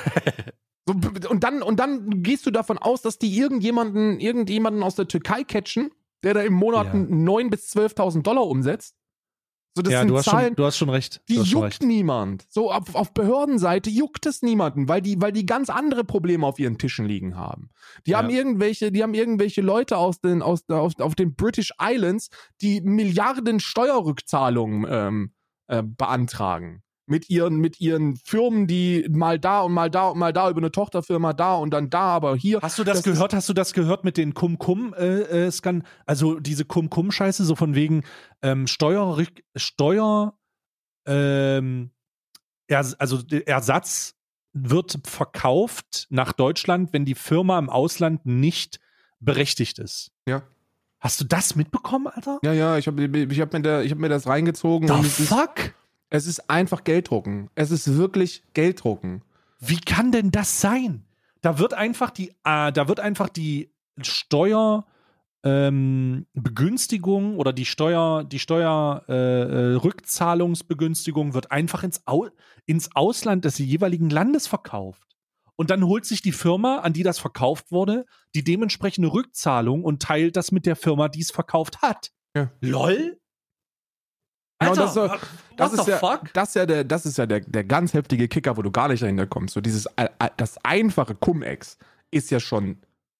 So, und, dann, und dann gehst du davon aus, dass die irgendjemanden, irgendjemanden aus der Türkei catchen, der da im Monat Ja. neuntausend bis zwölftausend Dollar umsetzt. So, das ja, sind du hast, Zahlen, schon, du hast schon recht. die du hast schon juckt recht. niemand. So, auf, auf Behördenseite juckt es niemanden, weil die, weil die ganz andere Probleme auf ihren Tischen liegen haben. Die Ja. haben irgendwelche, die haben irgendwelche Leute aus den, aus, auf, auf den British Islands, die Milliarden Steuerrückzahlungen ähm, äh, beantragen. Mit ihren, mit ihren Firmen, die mal da und mal da und mal da über eine Tochterfirma da und dann da, aber hier. Hast du das, Das ist- gehört? Hast du das gehört mit den Kum-Kum-Scan? Also diese Kum-Kum-Scheiße, so von wegen ähm, Steuer, Steuer, ähm, er, also der Ersatz wird verkauft nach Deutschland, wenn die Firma im Ausland nicht berechtigt ist. Ja. Hast du das mitbekommen, Alter? Ja, ja, ich habe ich hab mir, da- ich hab mir das reingezogen. The und es ist, fuck? es ist einfach Gelddrucken. Es ist wirklich Gelddrucken. Wie kann denn das sein? Da wird einfach die, äh, da wird einfach die Steuer ähm, Begünstigung oder die Steuer, die Steuer äh, äh, Rückzahlungsbegünstigung wird einfach ins, Au ins Ausland des jeweiligen Landes verkauft. Und dann holt sich die Firma, an die das verkauft wurde, die dementsprechende Rückzahlung und teilt das mit der Firma, die es verkauft hat. Ja. LOL? Genau, Alter, das ist so- what Das the ist ja, fuck? das ist ja, der, das ist ja der, der ganz heftige Kicker, wo du gar nicht dahinter kommst. So dieses, äh, äh, das einfache Cum-Ex ist ja schon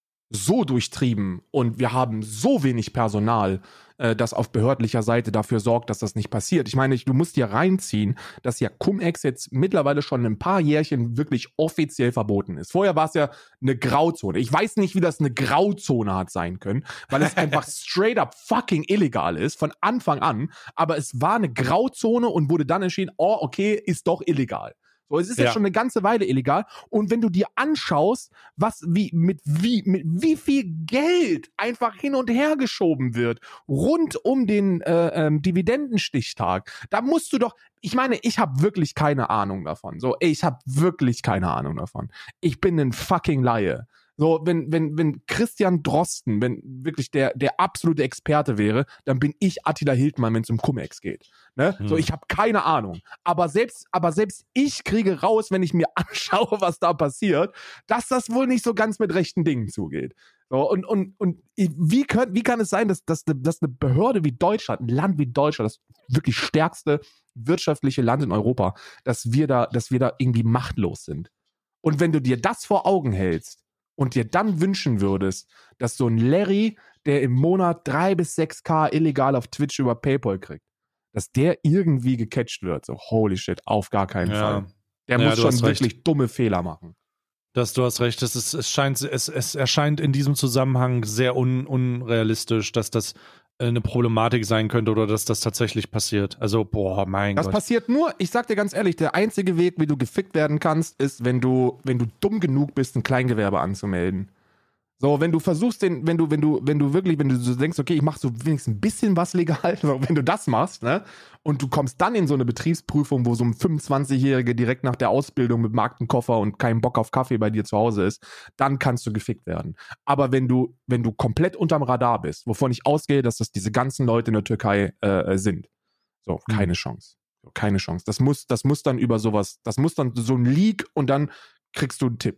so durchtrieben und wir haben so wenig Personal, äh, das auf behördlicher Seite dafür sorgt, dass das nicht passiert. Ich meine, ich, du musst dir reinziehen, dass ja Cum-Ex jetzt mittlerweile schon ein paar Jährchen wirklich offiziell verboten ist. Vorher war es ja eine Grauzone. Ich weiß nicht, wie das eine Grauzone hat sein können, weil es einfach straight up fucking illegal ist, von Anfang an. Aber es war eine Grauzone und wurde dann entschieden, oh, okay, ist doch illegal. So, es ist Ja. jetzt schon eine ganze Weile illegal. Und wenn du dir anschaust, was, wie, mit wie, mit wie viel Geld einfach hin und her geschoben wird, rund um den äh, ähm, Dividendenstichtag, da musst du doch, ich meine, ich habe wirklich keine Ahnung davon. So, ey, ich habe wirklich keine Ahnung davon. Ich bin ein fucking Laie. So, wenn, wenn, wenn Christian Drosten, wenn wirklich der, der absolute Experte wäre, dann bin ich Attila Hildmann, wenn es um Cum-Ex geht. Ne? Hm. So, ich habe keine Ahnung. Aber selbst, aber selbst ich kriege raus, wenn ich mir anschaue, was da passiert, dass das wohl nicht so ganz mit rechten Dingen zugeht. So, und, und, und wie, können, wie kann es sein, dass, dass, dass eine Behörde wie Deutschland, ein Land wie Deutschland, das wirklich stärkste wirtschaftliche Land in Europa, dass wir da, dass wir da irgendwie machtlos sind? Und wenn du dir das vor Augen hältst, und dir dann wünschen würdest, dass so ein Larry, der im Monat drei bis sechs K illegal auf Twitch über PayPal kriegt, dass der irgendwie gecatcht wird. So, holy shit, auf gar keinen Ja. Fall. Der Ja, muss du schon hast recht. wirklich dumme Fehler machen. Das, du hast recht, das ist, es, scheint, es, es erscheint in diesem Zusammenhang sehr un, unrealistisch, dass das äh, eine Problematik sein könnte oder dass das tatsächlich passiert. Also, boah, mein Das Gott. passiert nur, ich sag dir ganz ehrlich, der einzige Weg, wie du gefickt werden kannst, ist, wenn du, wenn du dumm genug bist, ein Kleingewerbe anzumelden. So, wenn du versuchst, den, wenn du, wenn du, wenn du wirklich, wenn du so denkst, okay, ich mach so wenigstens ein bisschen was legal, so, wenn du das machst, ne, und du kommst dann in so eine Betriebsprüfung, wo so ein fünfundzwanzigjährige direkt nach der Ausbildung mit Marktenkoffer und keinem Bock auf Kaffee bei dir zu Hause ist, dann kannst du gefickt werden. Aber wenn du, wenn du komplett unterm Radar bist, wovon ich ausgehe, dass das diese ganzen Leute in der Türkei äh, sind, so, keine Mhm. Chance. So, keine Chance. Das muss, das muss dann über sowas, das muss dann so ein Leak und dann kriegst du einen Tipp.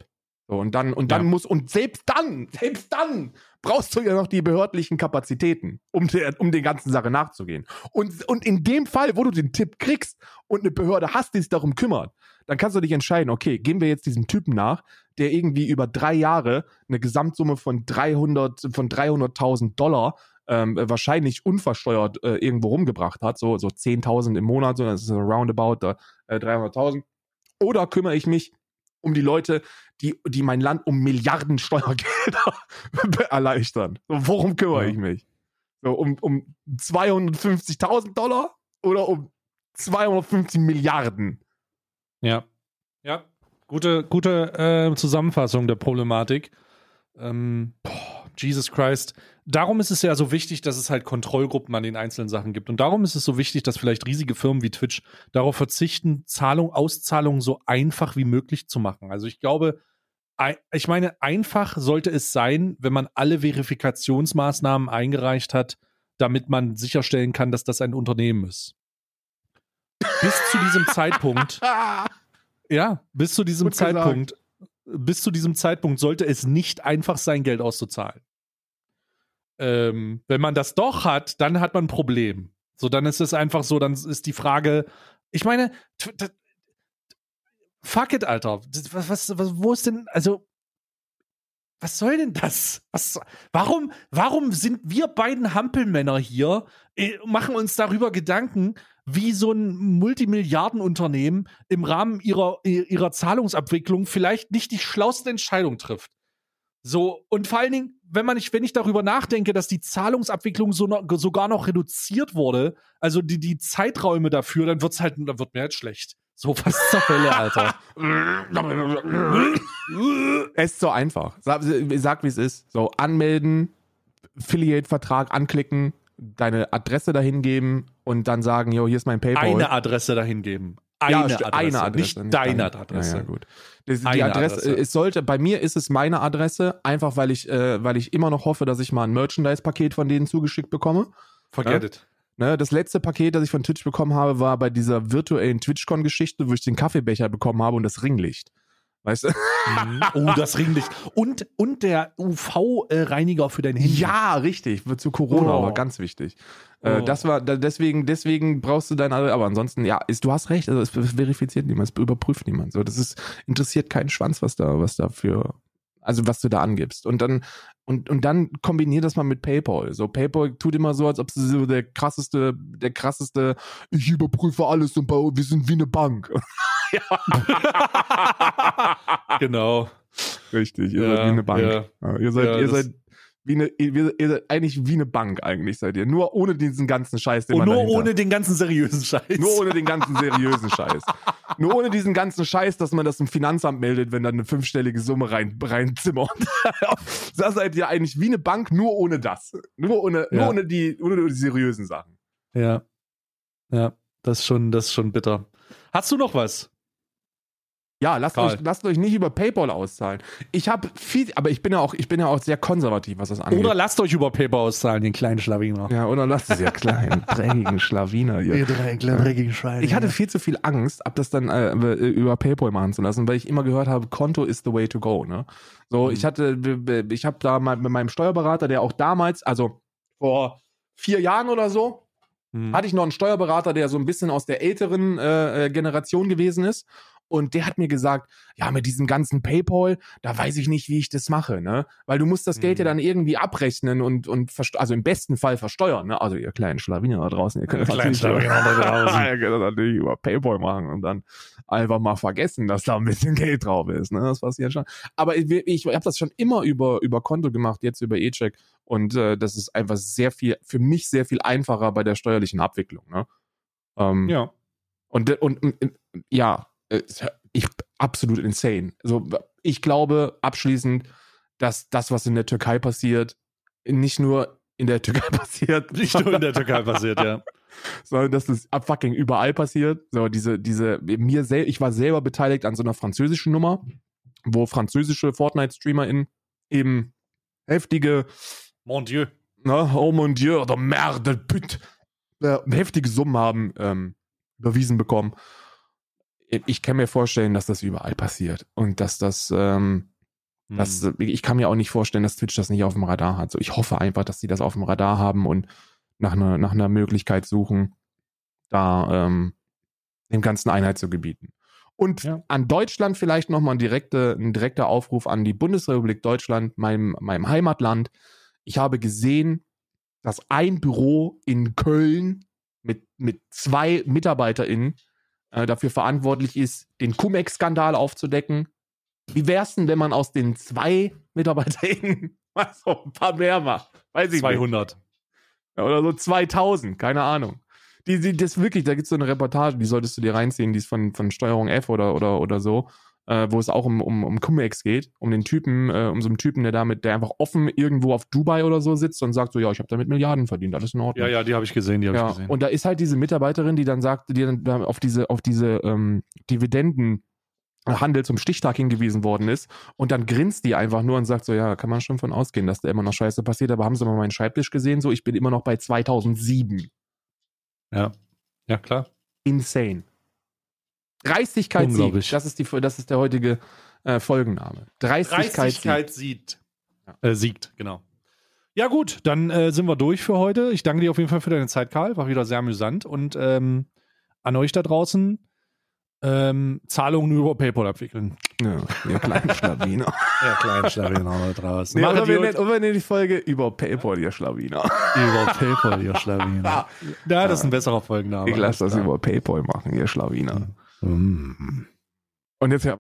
So, und dann, und dann Ja. muss, und selbst dann, selbst dann brauchst du ja noch die behördlichen Kapazitäten, um, der, um den ganzen Sache nachzugehen. Und, und in dem Fall, wo du den Tipp kriegst und eine Behörde hast, die sich darum kümmert, dann kannst du dich entscheiden, okay, gehen wir jetzt diesem Typen nach, der irgendwie über drei Jahre eine Gesamtsumme von dreihundert, von dreihunderttausend Dollar ähm, wahrscheinlich unversteuert äh, irgendwo rumgebracht hat, so, so zehntausend im Monat, so, das ist so roundabout äh, dreihunderttausend. Oder kümmere ich mich um die Leute, die, die mein Land um Milliarden Steuergelder erleichtern. So, worum kümmere Ja. ich mich? So, um, um zweihundertfünfzigtausend Dollar oder um zweihundertfünfzig Milliarden? Ja. Ja. Gute, gute äh, Zusammenfassung der Problematik. Ähm, boah, Jesus Christ. Darum ist es ja so wichtig, dass es halt Kontrollgruppen an den einzelnen Sachen gibt. Und darum ist es so wichtig, dass vielleicht riesige Firmen wie Twitch darauf verzichten, Zahlung, Auszahlungen so einfach wie möglich zu machen. Also ich glaube, ei- ich meine, einfach sollte es sein, wenn man alle Verifikationsmaßnahmen eingereicht hat, damit man sicherstellen kann, dass das ein Unternehmen ist. Bis zu diesem Zeitpunkt, ja, bis zu diesem Gut gesagt. Zeitpunkt, bis zu diesem Zeitpunkt sollte es nicht einfach sein, Geld auszuzahlen. Ähm, wenn man das doch hat, dann hat man ein Problem. So, dann ist es einfach so, dann ist die Frage, ich meine, t- t- fuck it, Alter. Was, was, was, wo ist denn, also, was soll denn das? Was, warum, warum sind wir beiden Hampelmänner hier, äh, machen uns darüber Gedanken, wie so ein Multimilliardenunternehmen im Rahmen ihrer, ihrer Zahlungsabwicklung vielleicht nicht die schlauste Entscheidung trifft? So, und vor allen Dingen, wenn man nicht, wenn ich darüber nachdenke, dass die Zahlungsabwicklung so noch, sogar noch reduziert wurde, also die, die Zeiträume dafür, dann wird's halt, dann wird mir halt schlecht. So, was zur Hölle, Alter. Es ist so einfach. Sag, sag wie es ist. So, anmelden, Affiliate-Vertrag anklicken, deine Adresse dahin geben und dann sagen, jo, hier ist mein PayPal. Eine Adresse dahin geben. Eine, Ja, Adresse, eine Adresse, nicht nicht deine deine. Adresse. Ja, ja, gut. Das, die Eine Adresse, Adresse. es sollte, bei mir ist es meine Adresse, einfach weil ich, äh, weil ich immer noch hoffe, dass ich mal ein Merchandise-Paket von denen zugeschickt bekomme. Forget Ja? it. Ne, das letzte Paket, das ich von Twitch bekommen habe, war bei dieser virtuellen TwitchCon-Geschichte, wo ich den Kaffeebecher bekommen habe und das Ringlicht. Weißt du? Mhm. Oh, das Ringlicht. Und, und der U V-Reiniger für dein Handy. Ja, richtig. Wird zu Corona, Oh. aber ganz wichtig. Äh, Oh. das war, da, deswegen, deswegen brauchst du deine, aber ansonsten, ja, ist, du hast recht, also es verifiziert niemand, es überprüft niemand. So, das ist, interessiert keinen Schwanz, was da, was da für, also was du da angibst. Und dann, und, und dann kombinier das mal mit PayPal. So, PayPal tut immer so, als ob sie so der krasseste, der krasseste, ich überprüfe alles und wir sind wie eine Bank. Genau. Richtig, ihr Ja, seid wie eine Bank. ja. Ja, ihr seid, Ja, ihr das- seid wie eine, ihr, ihr seid eigentlich wie eine Bank eigentlich seid ihr. Nur ohne diesen ganzen Scheiß, den Und man nur dahinter- ohne den ganzen seriösen Scheiß. Nur ohne den ganzen seriösen Scheiß. Nur ohne diesen ganzen Scheiß, dass man das im Finanzamt meldet, wenn dann eine fünfstellige Summe rein, reinzimmert. Da seid ihr eigentlich wie eine Bank, nur ohne das. Nur ohne, Ja. nur ohne die, ohne die seriösen Sachen. Ja. Ja, das ist schon, das ist schon bitter. Hast du noch was? Ja, lasst Karl. euch, lasst euch nicht über PayPal auszahlen. Ich habe viel, aber ich bin ja auch, ich bin ja auch sehr konservativ, was das angeht. Oder lasst euch über PayPal auszahlen, den kleinen Schlawiner. ja, oder lasst es ja kleinen, dreckigen Schlawiner hier. Ihr drei kleinen dreckigen Schweine. Ich hatte viel zu viel Angst, ab das dann äh, über PayPal machen zu lassen, weil ich immer gehört habe, Konto is the way to go. Ne? So, Mhm. ich hatte, ich habe da mal mit meinem Steuerberater, der auch damals, also vor vier Jahren oder so, Hm. hatte ich noch einen Steuerberater, der so ein bisschen aus der älteren äh, Generation gewesen ist. Und der hat mir gesagt, ja, mit diesem ganzen PayPal, da weiß ich nicht, wie ich das mache, ne? Weil du musst das Geld ja Mhm. dann irgendwie abrechnen und, und verst- also im besten Fall versteuern, ne? Also ihr kleinen Schlawiner da draußen, ihr könnt Ihr das kleinen natürlich über- Schlawiner da draußen. ihr könnt das natürlich über PayPal machen und dann einfach mal vergessen, dass da ein bisschen Geld drauf ist, ne? Das passiert schon. Aber ich, ich habe das schon immer über, über Konto gemacht, jetzt über E-Check. Und äh, das ist einfach sehr viel, für mich sehr viel einfacher bei der steuerlichen Abwicklung, ne? Ähm, Ja. und, und, und ja, äh, ich absolut insane. Also ich glaube abschließend, dass das, was in der Türkei passiert, nicht nur in der Türkei passiert, Nicht nur in der Türkei passiert, ja. sondern dass das ab fucking überall passiert. So diese, diese, mir sel ich war selber beteiligt an so einer französischen Nummer, wo französische Fortnite-StreamerInnen eben heftige, Mon Dieu. ne, oh mon Dieu, oder merde, püt, äh, heftige Summen haben ähm, überwiesen bekommen. Ich kann mir vorstellen, dass das überall passiert und dass das, ähm, Das, ich kann mir auch nicht vorstellen, dass Twitch das nicht auf dem Radar hat. So, ich hoffe einfach, dass sie das auf dem Radar haben und nach einer, nach einer Möglichkeit suchen, da ähm, dem Ganzen Einhalt zu gebieten. Und ja. an Deutschland vielleicht nochmal ein, direkte, ein direkter Aufruf an die Bundesrepublik Deutschland, meinem, meinem Heimatland. Ich habe gesehen, dass ein Büro in Köln mit, mit zwei MitarbeiterInnen äh, dafür verantwortlich ist, den Cum-Ex-Skandal aufzudecken. Wie wär's denn, wenn man aus den zwei MitarbeiterInnen mal so ein paar mehr macht? Weiß ich zweihundert. Nicht. Oder so zweitausend, keine Ahnung. Die, die, das wirklich, da gibt's so eine Reportage, die solltest du dir reinziehen, die ist von, von Steuerung F oder, oder, oder so, äh, wo es auch um, um, um Cum-Ex geht, um den Typen, äh, um so einen Typen, der damit, der einfach offen irgendwo auf Dubai oder so sitzt und sagt so, ja, ich habe damit Milliarden verdient, alles in Ordnung. Ja, ja, die habe ich gesehen, die habe ja, ich gesehen. Und da ist halt diese Mitarbeiterin, die dann sagt, die dann auf diese, auf diese ähm, Dividenden Handel zum Stichtag hingewiesen worden ist und dann grinst die einfach nur und sagt so, ja, kann man schon von ausgehen, dass da immer noch Scheiße passiert, aber haben sie mal meinen Schreibtisch gesehen, so, ich bin immer noch bei zweitausendsieben. Ja, ja, klar. Insane. Dreistigkeit siegt, das ist, die, das ist der heutige äh, Folgenname. Dreistigkeit, Dreistigkeit siegt. Äh, siegt, genau. Ja gut, dann äh, sind wir durch für heute. Ich danke dir auf jeden Fall für deine Zeit, Karl, war wieder sehr amüsant und ähm, an euch da draußen, Ähm, Zahlungen über PayPal abwickeln. Ja, ihr kleinen Schlawiner. Ja, kleinen Schlawiner da draußen. Nee, oder, wir nennen, oder wir nennen die Folge über PayPal, ihr Schlawiner. Über PayPal, ihr Schlawiner. Ja, das ist ein besserer Folgenname. Ich lasse das über PayPal machen, ihr Schlawiner. Mhm. Und jetzt ja.